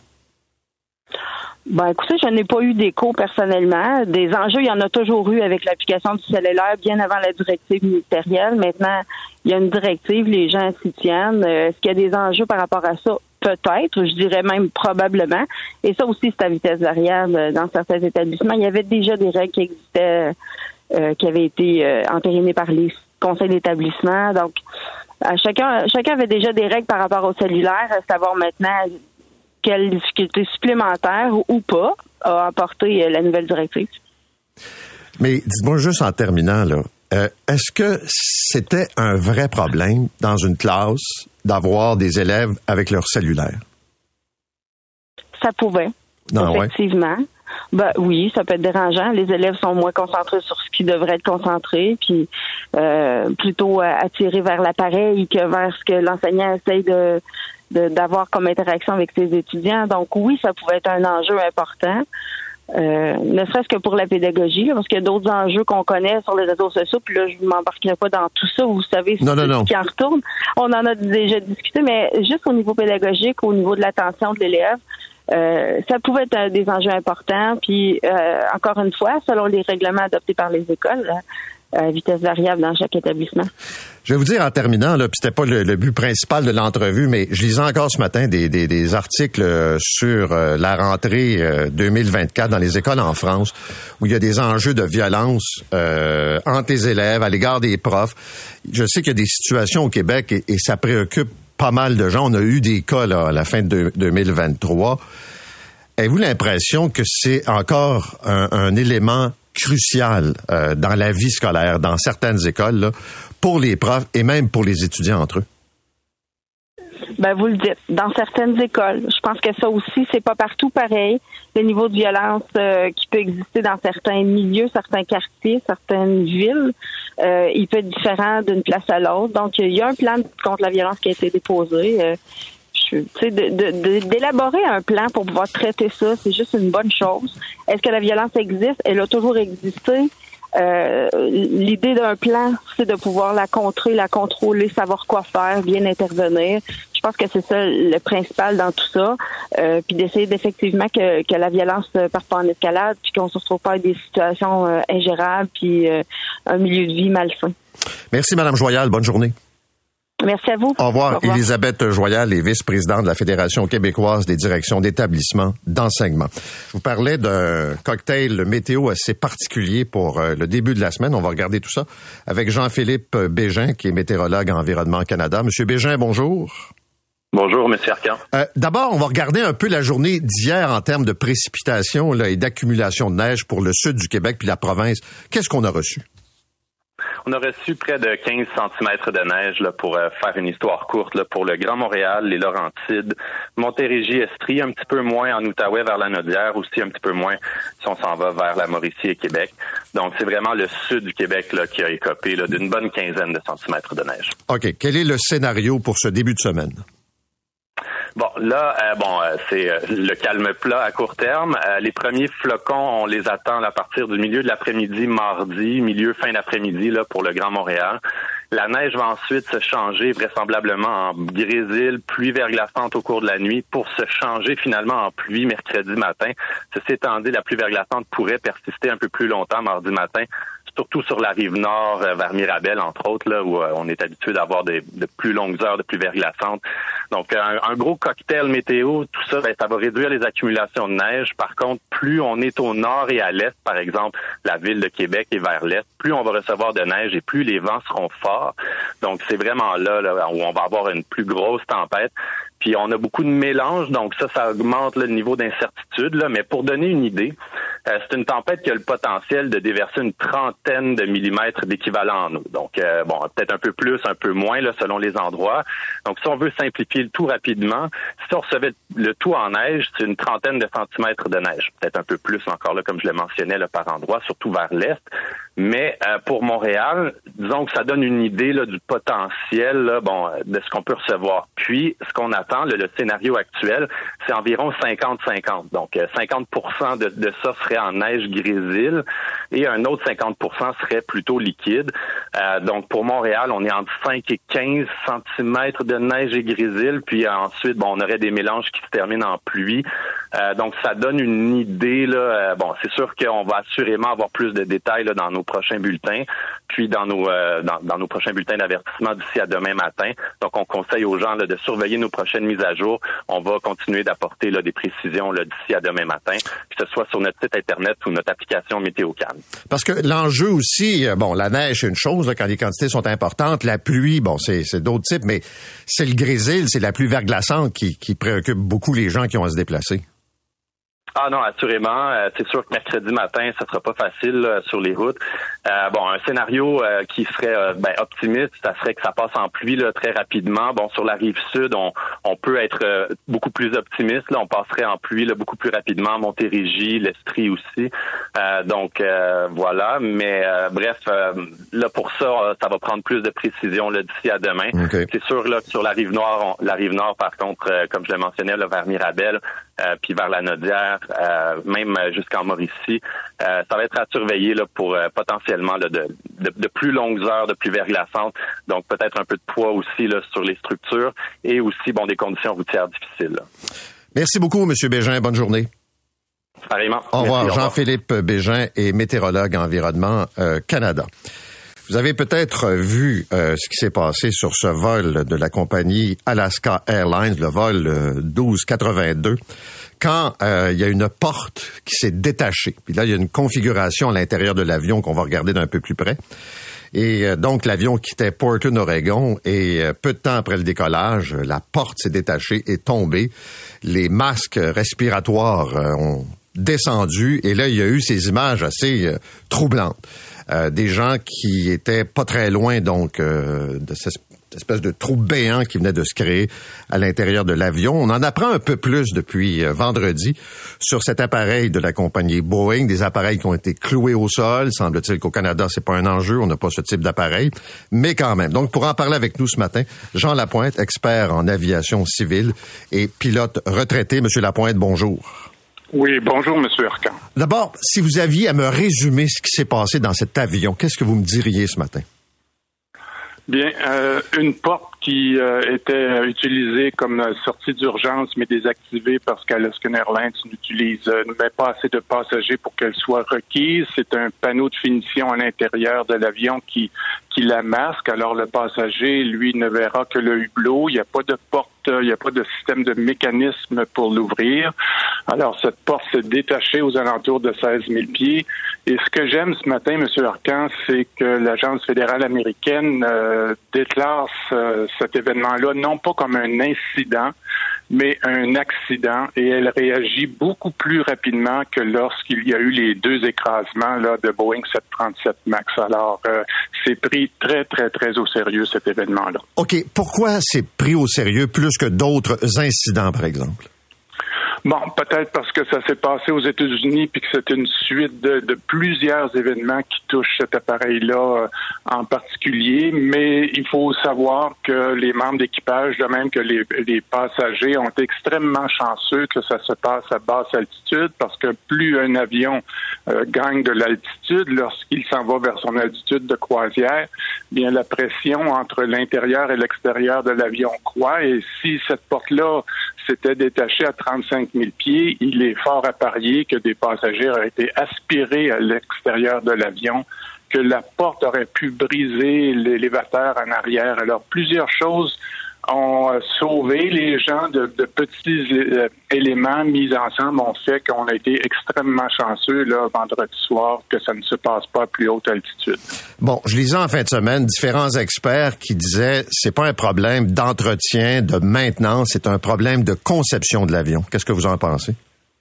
Ben écoutez, je n'ai pas eu d'écho personnellement. Des enjeux, il y en a toujours eu avec l'application du cellulaire bien avant la directive ministérielle. Maintenant, il y a une directive, les gens s'y tiennent. Est-ce qu'il y a des enjeux par rapport à ça? Peut-être, je dirais même probablement. Et ça aussi, c'est à vitesse variable dans certains établissements. Il y avait déjà des règles qui existaient, qui avaient été entérinées par les conseils d'établissement. Donc, chacun avait déjà des règles par rapport au cellulaire, à savoir maintenant quelles difficultés supplémentaires ou pas a apporté la nouvelle directive. Mais dites-moi juste en terminant, là, est-ce que c'était un vrai problème dans une classe d'avoir des élèves avec leur cellulaire? Ça pouvait, effectivement. Ouais. Ben oui, ça peut être dérangeant. Les élèves sont moins concentrés sur ce qui devrait être concentré, puis plutôt attirés vers l'appareil que vers ce que l'enseignant essaye d'avoir comme interaction avec ses étudiants. Donc oui, ça pouvait être un enjeu important. Ne serait-ce que pour la pédagogie, là, parce qu'il y a d'autres enjeux qu'on connaît sur les réseaux sociaux, puis là, je ne m'embarquerai pas dans tout ça, vous savez ce qui en retourne. On en a déjà discuté, mais juste au niveau pédagogique, au niveau de l'attention de l'élève, ça pouvait être des enjeux importants, puis encore une fois, selon les règlements adoptés par les écoles, à vitesse variable dans chaque établissement. Je vais vous dire en terminant, là, puis c'était pas le but principal de l'entrevue, mais je lisais encore ce matin des articles sur la rentrée 2024 dans les écoles en France, où il y a des enjeux de violence entre les élèves, à l'égard des profs. Je sais qu'il y a des situations au Québec et ça préoccupe pas mal de gens. On a eu des cas là, à la fin de 2023. Avez-vous l'impression que c'est encore un élément crucial dans la vie scolaire, dans certaines écoles, là, pour les profs et même pour les étudiants entre eux? Ben vous le dites, dans certaines écoles. Je pense que ça aussi, c'est pas partout pareil. Le niveau de violence qui peut exister dans certains milieux, certains quartiers, certaines villes, il peut être différent d'une place à l'autre. Donc, il y a un plan contre la violence qui a été déposé. D'élaborer un plan pour pouvoir traiter ça, c'est juste une bonne chose. Est-ce que la violence existe? Elle a toujours existé. L'idée d'un plan, c'est de pouvoir la contrer, la contrôler, savoir quoi faire, bien intervenir. Je pense que c'est ça le principal dans tout ça. Puis d'essayer d'effectivement que la violence parte pas en escalade, puis qu'on se retrouve pas avec des situations ingérables, puis un milieu de vie malsain. Merci, Madame Joyal. Bonne journée. Merci à vous. Au revoir. Élisabeth Joyal est vice-présidente de la Fédération québécoise des directions d'établissements d'enseignement. Je vous parlais d'un cocktail météo assez particulier pour le début de la semaine. On va regarder tout ça avec Jean-Philippe Bégin, qui est météorologue à Environnement Canada. Monsieur Bégin, bonjour. Bonjour, M. Arcan. D'abord, on va regarder un peu la journée d'hier en termes de précipitations là, et d'accumulation de neige pour le sud du Québec puis la province. Qu'est-ce qu'on a reçu? On a reçu près de 15 cm de neige là, pour faire une histoire courte là, pour le Grand Montréal, les Laurentides, Montérégie, Estrie, un petit peu moins en Outaouais vers la Naudière, aussi un petit peu moins si on s'en va vers la Mauricie et Québec. Donc, c'est vraiment le sud du Québec là, qui a écopé là, d'une bonne quinzaine de centimètres de neige. OK. Quel est le scénario pour ce début de semaine? Bon, là, c'est le calme plat à court terme. Les premiers flocons, on les attend à partir du milieu de l'après-midi, mardi, fin d'après-midi, là, pour le Grand Montréal. La neige va ensuite se changer vraisemblablement en grésil, pluie verglaçante au cours de la nuit, pour se changer finalement en pluie mercredi matin. Ceci étant dit, la pluie verglaçante pourrait persister un peu plus longtemps mardi matin, surtout sur la rive nord, vers Mirabel, entre autres, là, où on est habitué d'avoir de plus longues heures de pluie verglaçante. Donc, un gros cocktail météo, tout ça, ça va réduire les accumulations de neige. Par contre, plus on est au nord et à l'est, par exemple, la ville de Québec et vers l'est, plus on va recevoir de neige et plus les vents seront forts. Donc, c'est vraiment là où on va avoir une plus grosse tempête. Puis on a beaucoup de mélange, donc ça augmente le niveau d'incertitude. Là. Mais pour donner une idée, c'est une tempête qui a le potentiel de déverser une trentaine de millimètres d'équivalent en eau. Donc, peut-être un peu plus, un peu moins, là, selon les endroits. Donc, si on veut simplifier le tout rapidement, si on recevait le tout en neige, c'est une trentaine de centimètres de neige. Peut-être un peu plus encore, là, comme je le mentionnais, là, par endroit, surtout vers l'est. Mais pour Montréal, disons que ça donne une idée là, du potentiel là, de ce qu'on peut recevoir. Puis, ce qu'on attend, le scénario actuel, c'est environ 50-50. Donc, 50% de ça serait en neige grésil et un autre 50% serait plutôt liquide. Donc, pour Montréal, on est entre 5 et 15 centimètres de neige et grésil. Puis ensuite, on aurait des mélanges qui se terminent en pluie. Donc, ça donne une idée. Là, c'est sûr qu'on va assurément avoir plus de détails là, dans nos prochains bulletins, puis dans nos prochains bulletins d'avertissement d'ici à demain matin. Donc, on conseille aux gens là, de surveiller nos prochaines mises à jour. On va continuer d'apporter là, des précisions là, d'ici à demain matin, que ce soit sur notre site Internet ou notre application Météocam. Parce que l'enjeu aussi, la neige, c'est une chose, là, quand les quantités sont importantes. La pluie, c'est d'autres types, mais c'est le grésil, c'est la pluie verglaçante qui préoccupe beaucoup les gens qui ont à se déplacer. Ah non, assurément. C'est sûr que mercredi matin, ça sera pas facile là, sur les routes. Un scénario qui serait optimiste, ça serait que ça passe en pluie là, très rapidement. Sur la rive sud, on peut être beaucoup plus optimiste. Là, on passerait en pluie là, beaucoup plus rapidement. Montérégie, l'Estrie aussi. Voilà. Mais bref, là pour ça, ça va prendre plus de précision là, d'ici à demain. Okay. C'est sûr là que sur la rive nord, par contre, comme je le mentionnais, là, vers Mirabel, puis vers la Naudière, même jusqu'en Mauricie, ça va être à surveiller là, pour potentiellement là, de plus longues heures de pluie verglaçante. Donc peut-être un peu de poids aussi là, sur les structures et aussi des conditions routières difficiles. Là. Merci beaucoup, M. Bégin. Bonne journée. Pareillement. Au revoir. Jean-Philippe Bégin est météorologue Environnement Canada. Vous avez peut-être vu ce qui s'est passé sur ce vol de la compagnie Alaska Airlines, le vol 1282, quand il y a une porte qui s'est détachée. Puis là, il y a une configuration à l'intérieur de l'avion qu'on va regarder d'un peu plus près. Et donc, l'avion quittait Portland, Oregon, et peu de temps après le décollage, la porte s'est détachée et tombée. Les masques respiratoires ont descendu, et là, il y a eu ces images assez troublantes. Des gens qui étaient pas très loin, donc, de cette espèce de trou béant qui venait de se créer à l'intérieur de l'avion. On en apprend un peu plus depuis vendredi sur cet appareil de la compagnie Boeing, des appareils qui ont été cloués au sol. Semble-t-il qu'au Canada, c'est pas un enjeu, on n'a pas ce type d'appareil, mais quand même. Donc, pour en parler avec nous ce matin, Jean Lapointe, expert en aviation civile et pilote retraité. Monsieur Lapointe, bonjour. Oui, bonjour, M. Arcan. D'abord, si vous aviez à me résumer ce qui s'est passé dans cet avion, qu'est-ce que vous me diriez ce matin? Bien, une porte qui était utilisée comme sortie d'urgence, mais désactivée parce qu'Alaskan Airlines ne met pas assez de passagers pour qu'elle soit requise. C'est un panneau de finition à l'intérieur de l'avion qui la masque. Alors, le passager, lui, ne verra que le hublot. Il n'y a pas de porte, il n'y a pas de système de mécanisme pour l'ouvrir. Alors, cette porte s'est détachée aux alentours de 16 000 pieds. Et ce que j'aime ce matin, M. Arcan, c'est que l'Agence fédérale américaine déclare cet événement-là non pas comme un incident, mais un accident, et elle réagit beaucoup plus rapidement que lorsqu'il y a eu les deux écrasements là, de Boeing 737 MAX. Alors, c'est pris très, très, très au sérieux, cet événement-là. OK. Pourquoi c'est pris au sérieux plus que d'autres incidents, par exemple? Bon, peut-être parce que ça s'est passé aux États-Unis puis que c'est une suite de plusieurs événements qui touchent cet appareil-là en particulier, mais il faut savoir que les membres d'équipage, de même que les passagers, ont été extrêmement chanceux que ça se passe à basse altitude parce que plus un avion gagne de l'altitude, lorsqu'il s'en va vers son altitude de croisière, bien la pression entre l'intérieur et l'extérieur de l'avion croît et si cette porte-là s'était détachée à 35 000 pieds, il est fort à parier que des passagers auraient été aspirés à l'extérieur de l'avion, que la porte aurait pu briser l'élévateur en arrière. Alors, plusieurs choses ont sauvé les gens de petits éléments mis ensemble ont fait qu'on a été extrêmement chanceux là vendredi soir que ça ne se passe pas à plus haute altitude. Bon, je lisais en fin de semaine différents experts qui disaient c'est pas un problème d'entretien, de maintenance, c'est un problème de conception de l'avion. Qu'est-ce que vous en pensez?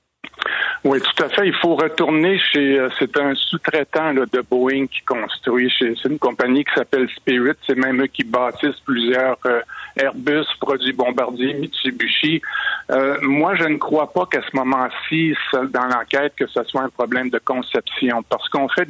Oui, tout à fait. Il faut retourner c'est un sous-traitant là, de Boeing qui construit c'est une compagnie qui s'appelle Spirit. C'est même eux qui bâtissent plusieurs Airbus, produits Bombardier, Mitsubishi. Moi, je ne crois pas qu'à ce moment-ci, dans l'enquête, que ce soit un problème de conception, parce qu'on fait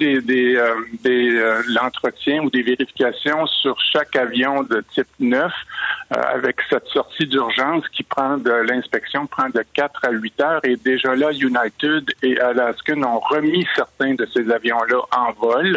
l'entretien ou des vérifications sur chaque avion de type 9 avec cette sortie d'urgence qui l'inspection prend de 4 à 8 heures et déjà là, United et Alaskan ont remis certains de ces avions-là en vol,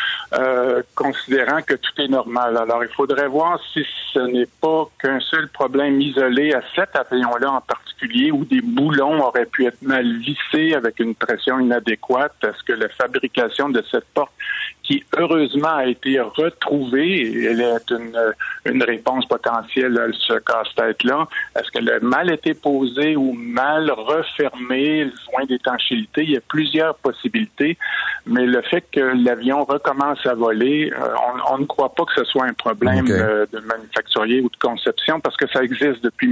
considérant que tout est normal. Alors, il faudrait voir si ce n'est pas qu'un seul problème isolé à cet avion-là en particulier où des boulons auraient pu être mal vissés avec une pression inadéquate. Est-ce que la fabrication de cette porte, qui heureusement a été retrouvée, elle est une réponse potentielle à ce casse-tête-là, est-ce qu'elle a mal été posée ou mal refermée, loin d'étanchéité? Il y a plusieurs possibilités, mais le fait que l'avion recommence à voler, on ne croit pas que ce soit un problème de manufacturier ou de conception parce que ça existe depuis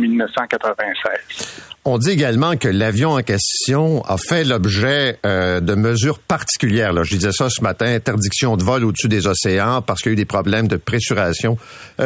1996. On dit également que l'avion en question a fait l'objet de mesures particulières. Là, je disais ça ce matin, interdiction de vol au-dessus des océans parce qu'il y a eu des problèmes de pressurisation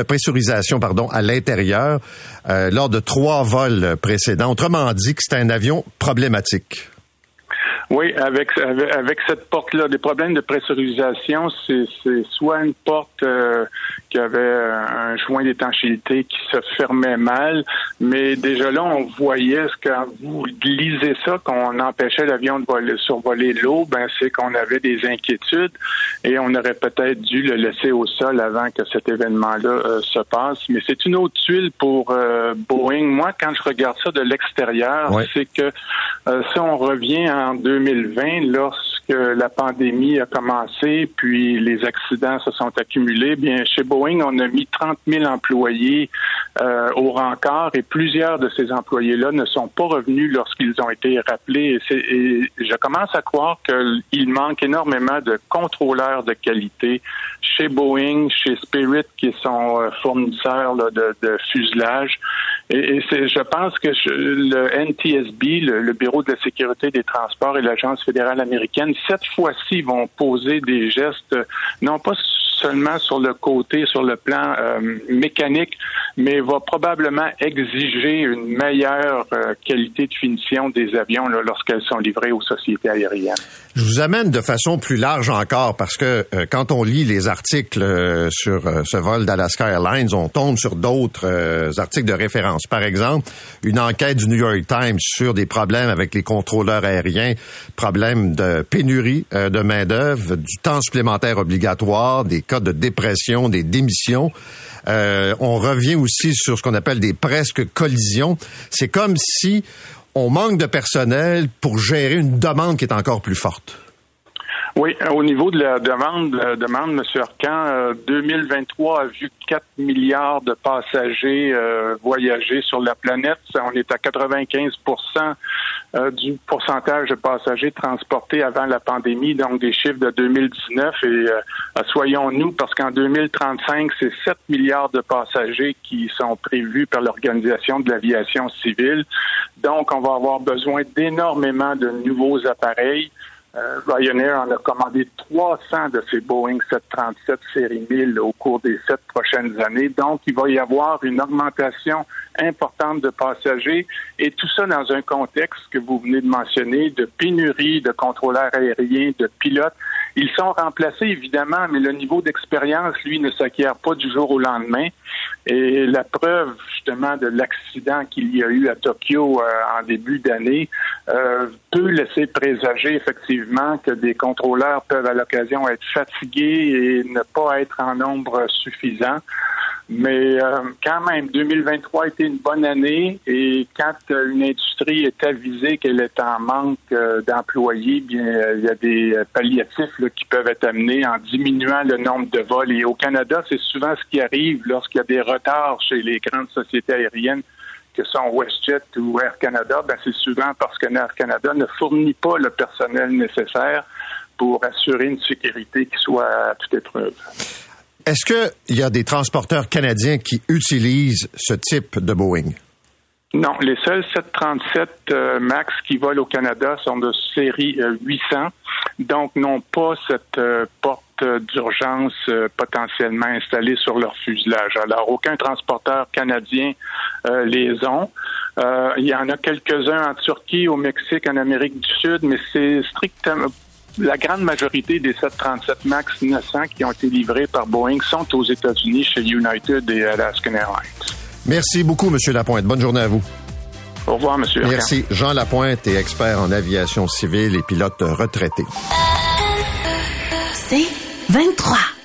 à l'intérieur lors de 3 vols précédents. Autrement dit que c'est un avion problématique. Oui, avec cette porte-là, des problèmes de pressurisation, c'est soit une porte qui avait un joint d'étanchéité qui se fermait mal, mais déjà là, on voyait quand vous lisez ça, qu'on empêchait l'avion de survoler l'eau, c'est qu'on avait des inquiétudes et on aurait peut-être dû le laisser au sol avant que cet événement-là se passe. Mais c'est une autre tuile pour Boeing. Moi, quand je regarde ça de l'extérieur, c'est que si on revient en 2020, lorsque la pandémie a commencé, puis les accidents se sont accumulés, bien chez Boeing, on a mis 30 000 employés au rencard et plusieurs de ces employés-là ne sont pas revenus lorsqu'ils ont été rappelés. Et je commence à croire qu'il manque énormément de contrôleurs de qualité chez Boeing, chez Spirit, qui sont fournisseurs là, de fuselage. Et je pense que le NTSB, le Bureau de la sécurité des transports et l'Agence fédérale américaine, cette fois-ci, vont poser des gestes, non pas seulement sur le côté, sur le plan mécanique, mais va probablement exiger une meilleure qualité de finition des avions là, lorsqu'elles sont livrées aux sociétés aériennes. Je vous amène de façon plus large encore parce que quand on lit les articles sur ce vol d'Alaska Airlines, on tombe sur d'autres articles de référence. Par exemple, une enquête du New York Times sur des problèmes avec les contrôleurs aériens, problèmes de pénurie de main-d'œuvre, du temps supplémentaire obligatoire, des cas de dépression, des démissions. On revient aussi sur ce qu'on appelle des presque collisions. C'est comme si on manque de personnel pour gérer une demande qui est encore plus forte. Oui, au niveau de la demande, M. Arcan, 2023 a vu 4 milliards de passagers voyager sur la planète. On est à 95% du pourcentage de passagers transportés avant la pandémie, donc des chiffres de 2019. Et soyons-nous, parce qu'en 2035, c'est 7 milliards de passagers qui sont prévus par l'Organisation de l'aviation civile. Donc, on va avoir besoin d'énormément de nouveaux appareils. Ryanair en a commandé 300 de ces Boeing 737 série 1000 au cours des 7 prochaines années. Donc, il va y avoir une augmentation importante de passagers et tout ça dans un contexte que vous venez de mentionner de pénurie de contrôleurs aériens, de pilotes. Ils sont remplacés, évidemment, mais le niveau d'expérience, lui, ne s'acquiert pas du jour au lendemain. Et la preuve, justement, de l'accident qu'il y a eu à Tokyo en début d'année peut laisser présager, effectivement, que des contrôleurs peuvent, à l'occasion, être fatigués et ne pas être en nombre suffisant. Mais quand même, 2023 a été une bonne année et quand une industrie est avisée qu'elle est en manque d'employés, bien il y a des palliatifs là, qui peuvent être amenés en diminuant le nombre de vols. Et au Canada, c'est souvent ce qui arrive lorsqu'il y a des retards chez les grandes sociétés aériennes que sont WestJet ou Air Canada. Ben, c'est souvent parce que Air Canada ne fournit pas le personnel nécessaire pour assurer une sécurité qui soit à toute épreuve. Est-ce qu'il y a des transporteurs canadiens qui utilisent ce type de Boeing? Non, les seuls 737 MAX qui volent au Canada sont de série 800, donc n'ont pas cette porte d'urgence potentiellement installée sur leur fuselage. Alors, aucun transporteur canadien les ont. Il y en a quelques-uns en Turquie, au Mexique, en Amérique du Sud, mais c'est strictement... La grande majorité des 737 MAX 900 qui ont été livrés par Boeing sont aux États-Unis chez United et Alaska Airlines. Merci beaucoup, M. Lapointe. Bonne journée à vous. Au revoir, M. Merci. Jean Lapointe est expert en aviation civile et pilote retraité. C'est 23.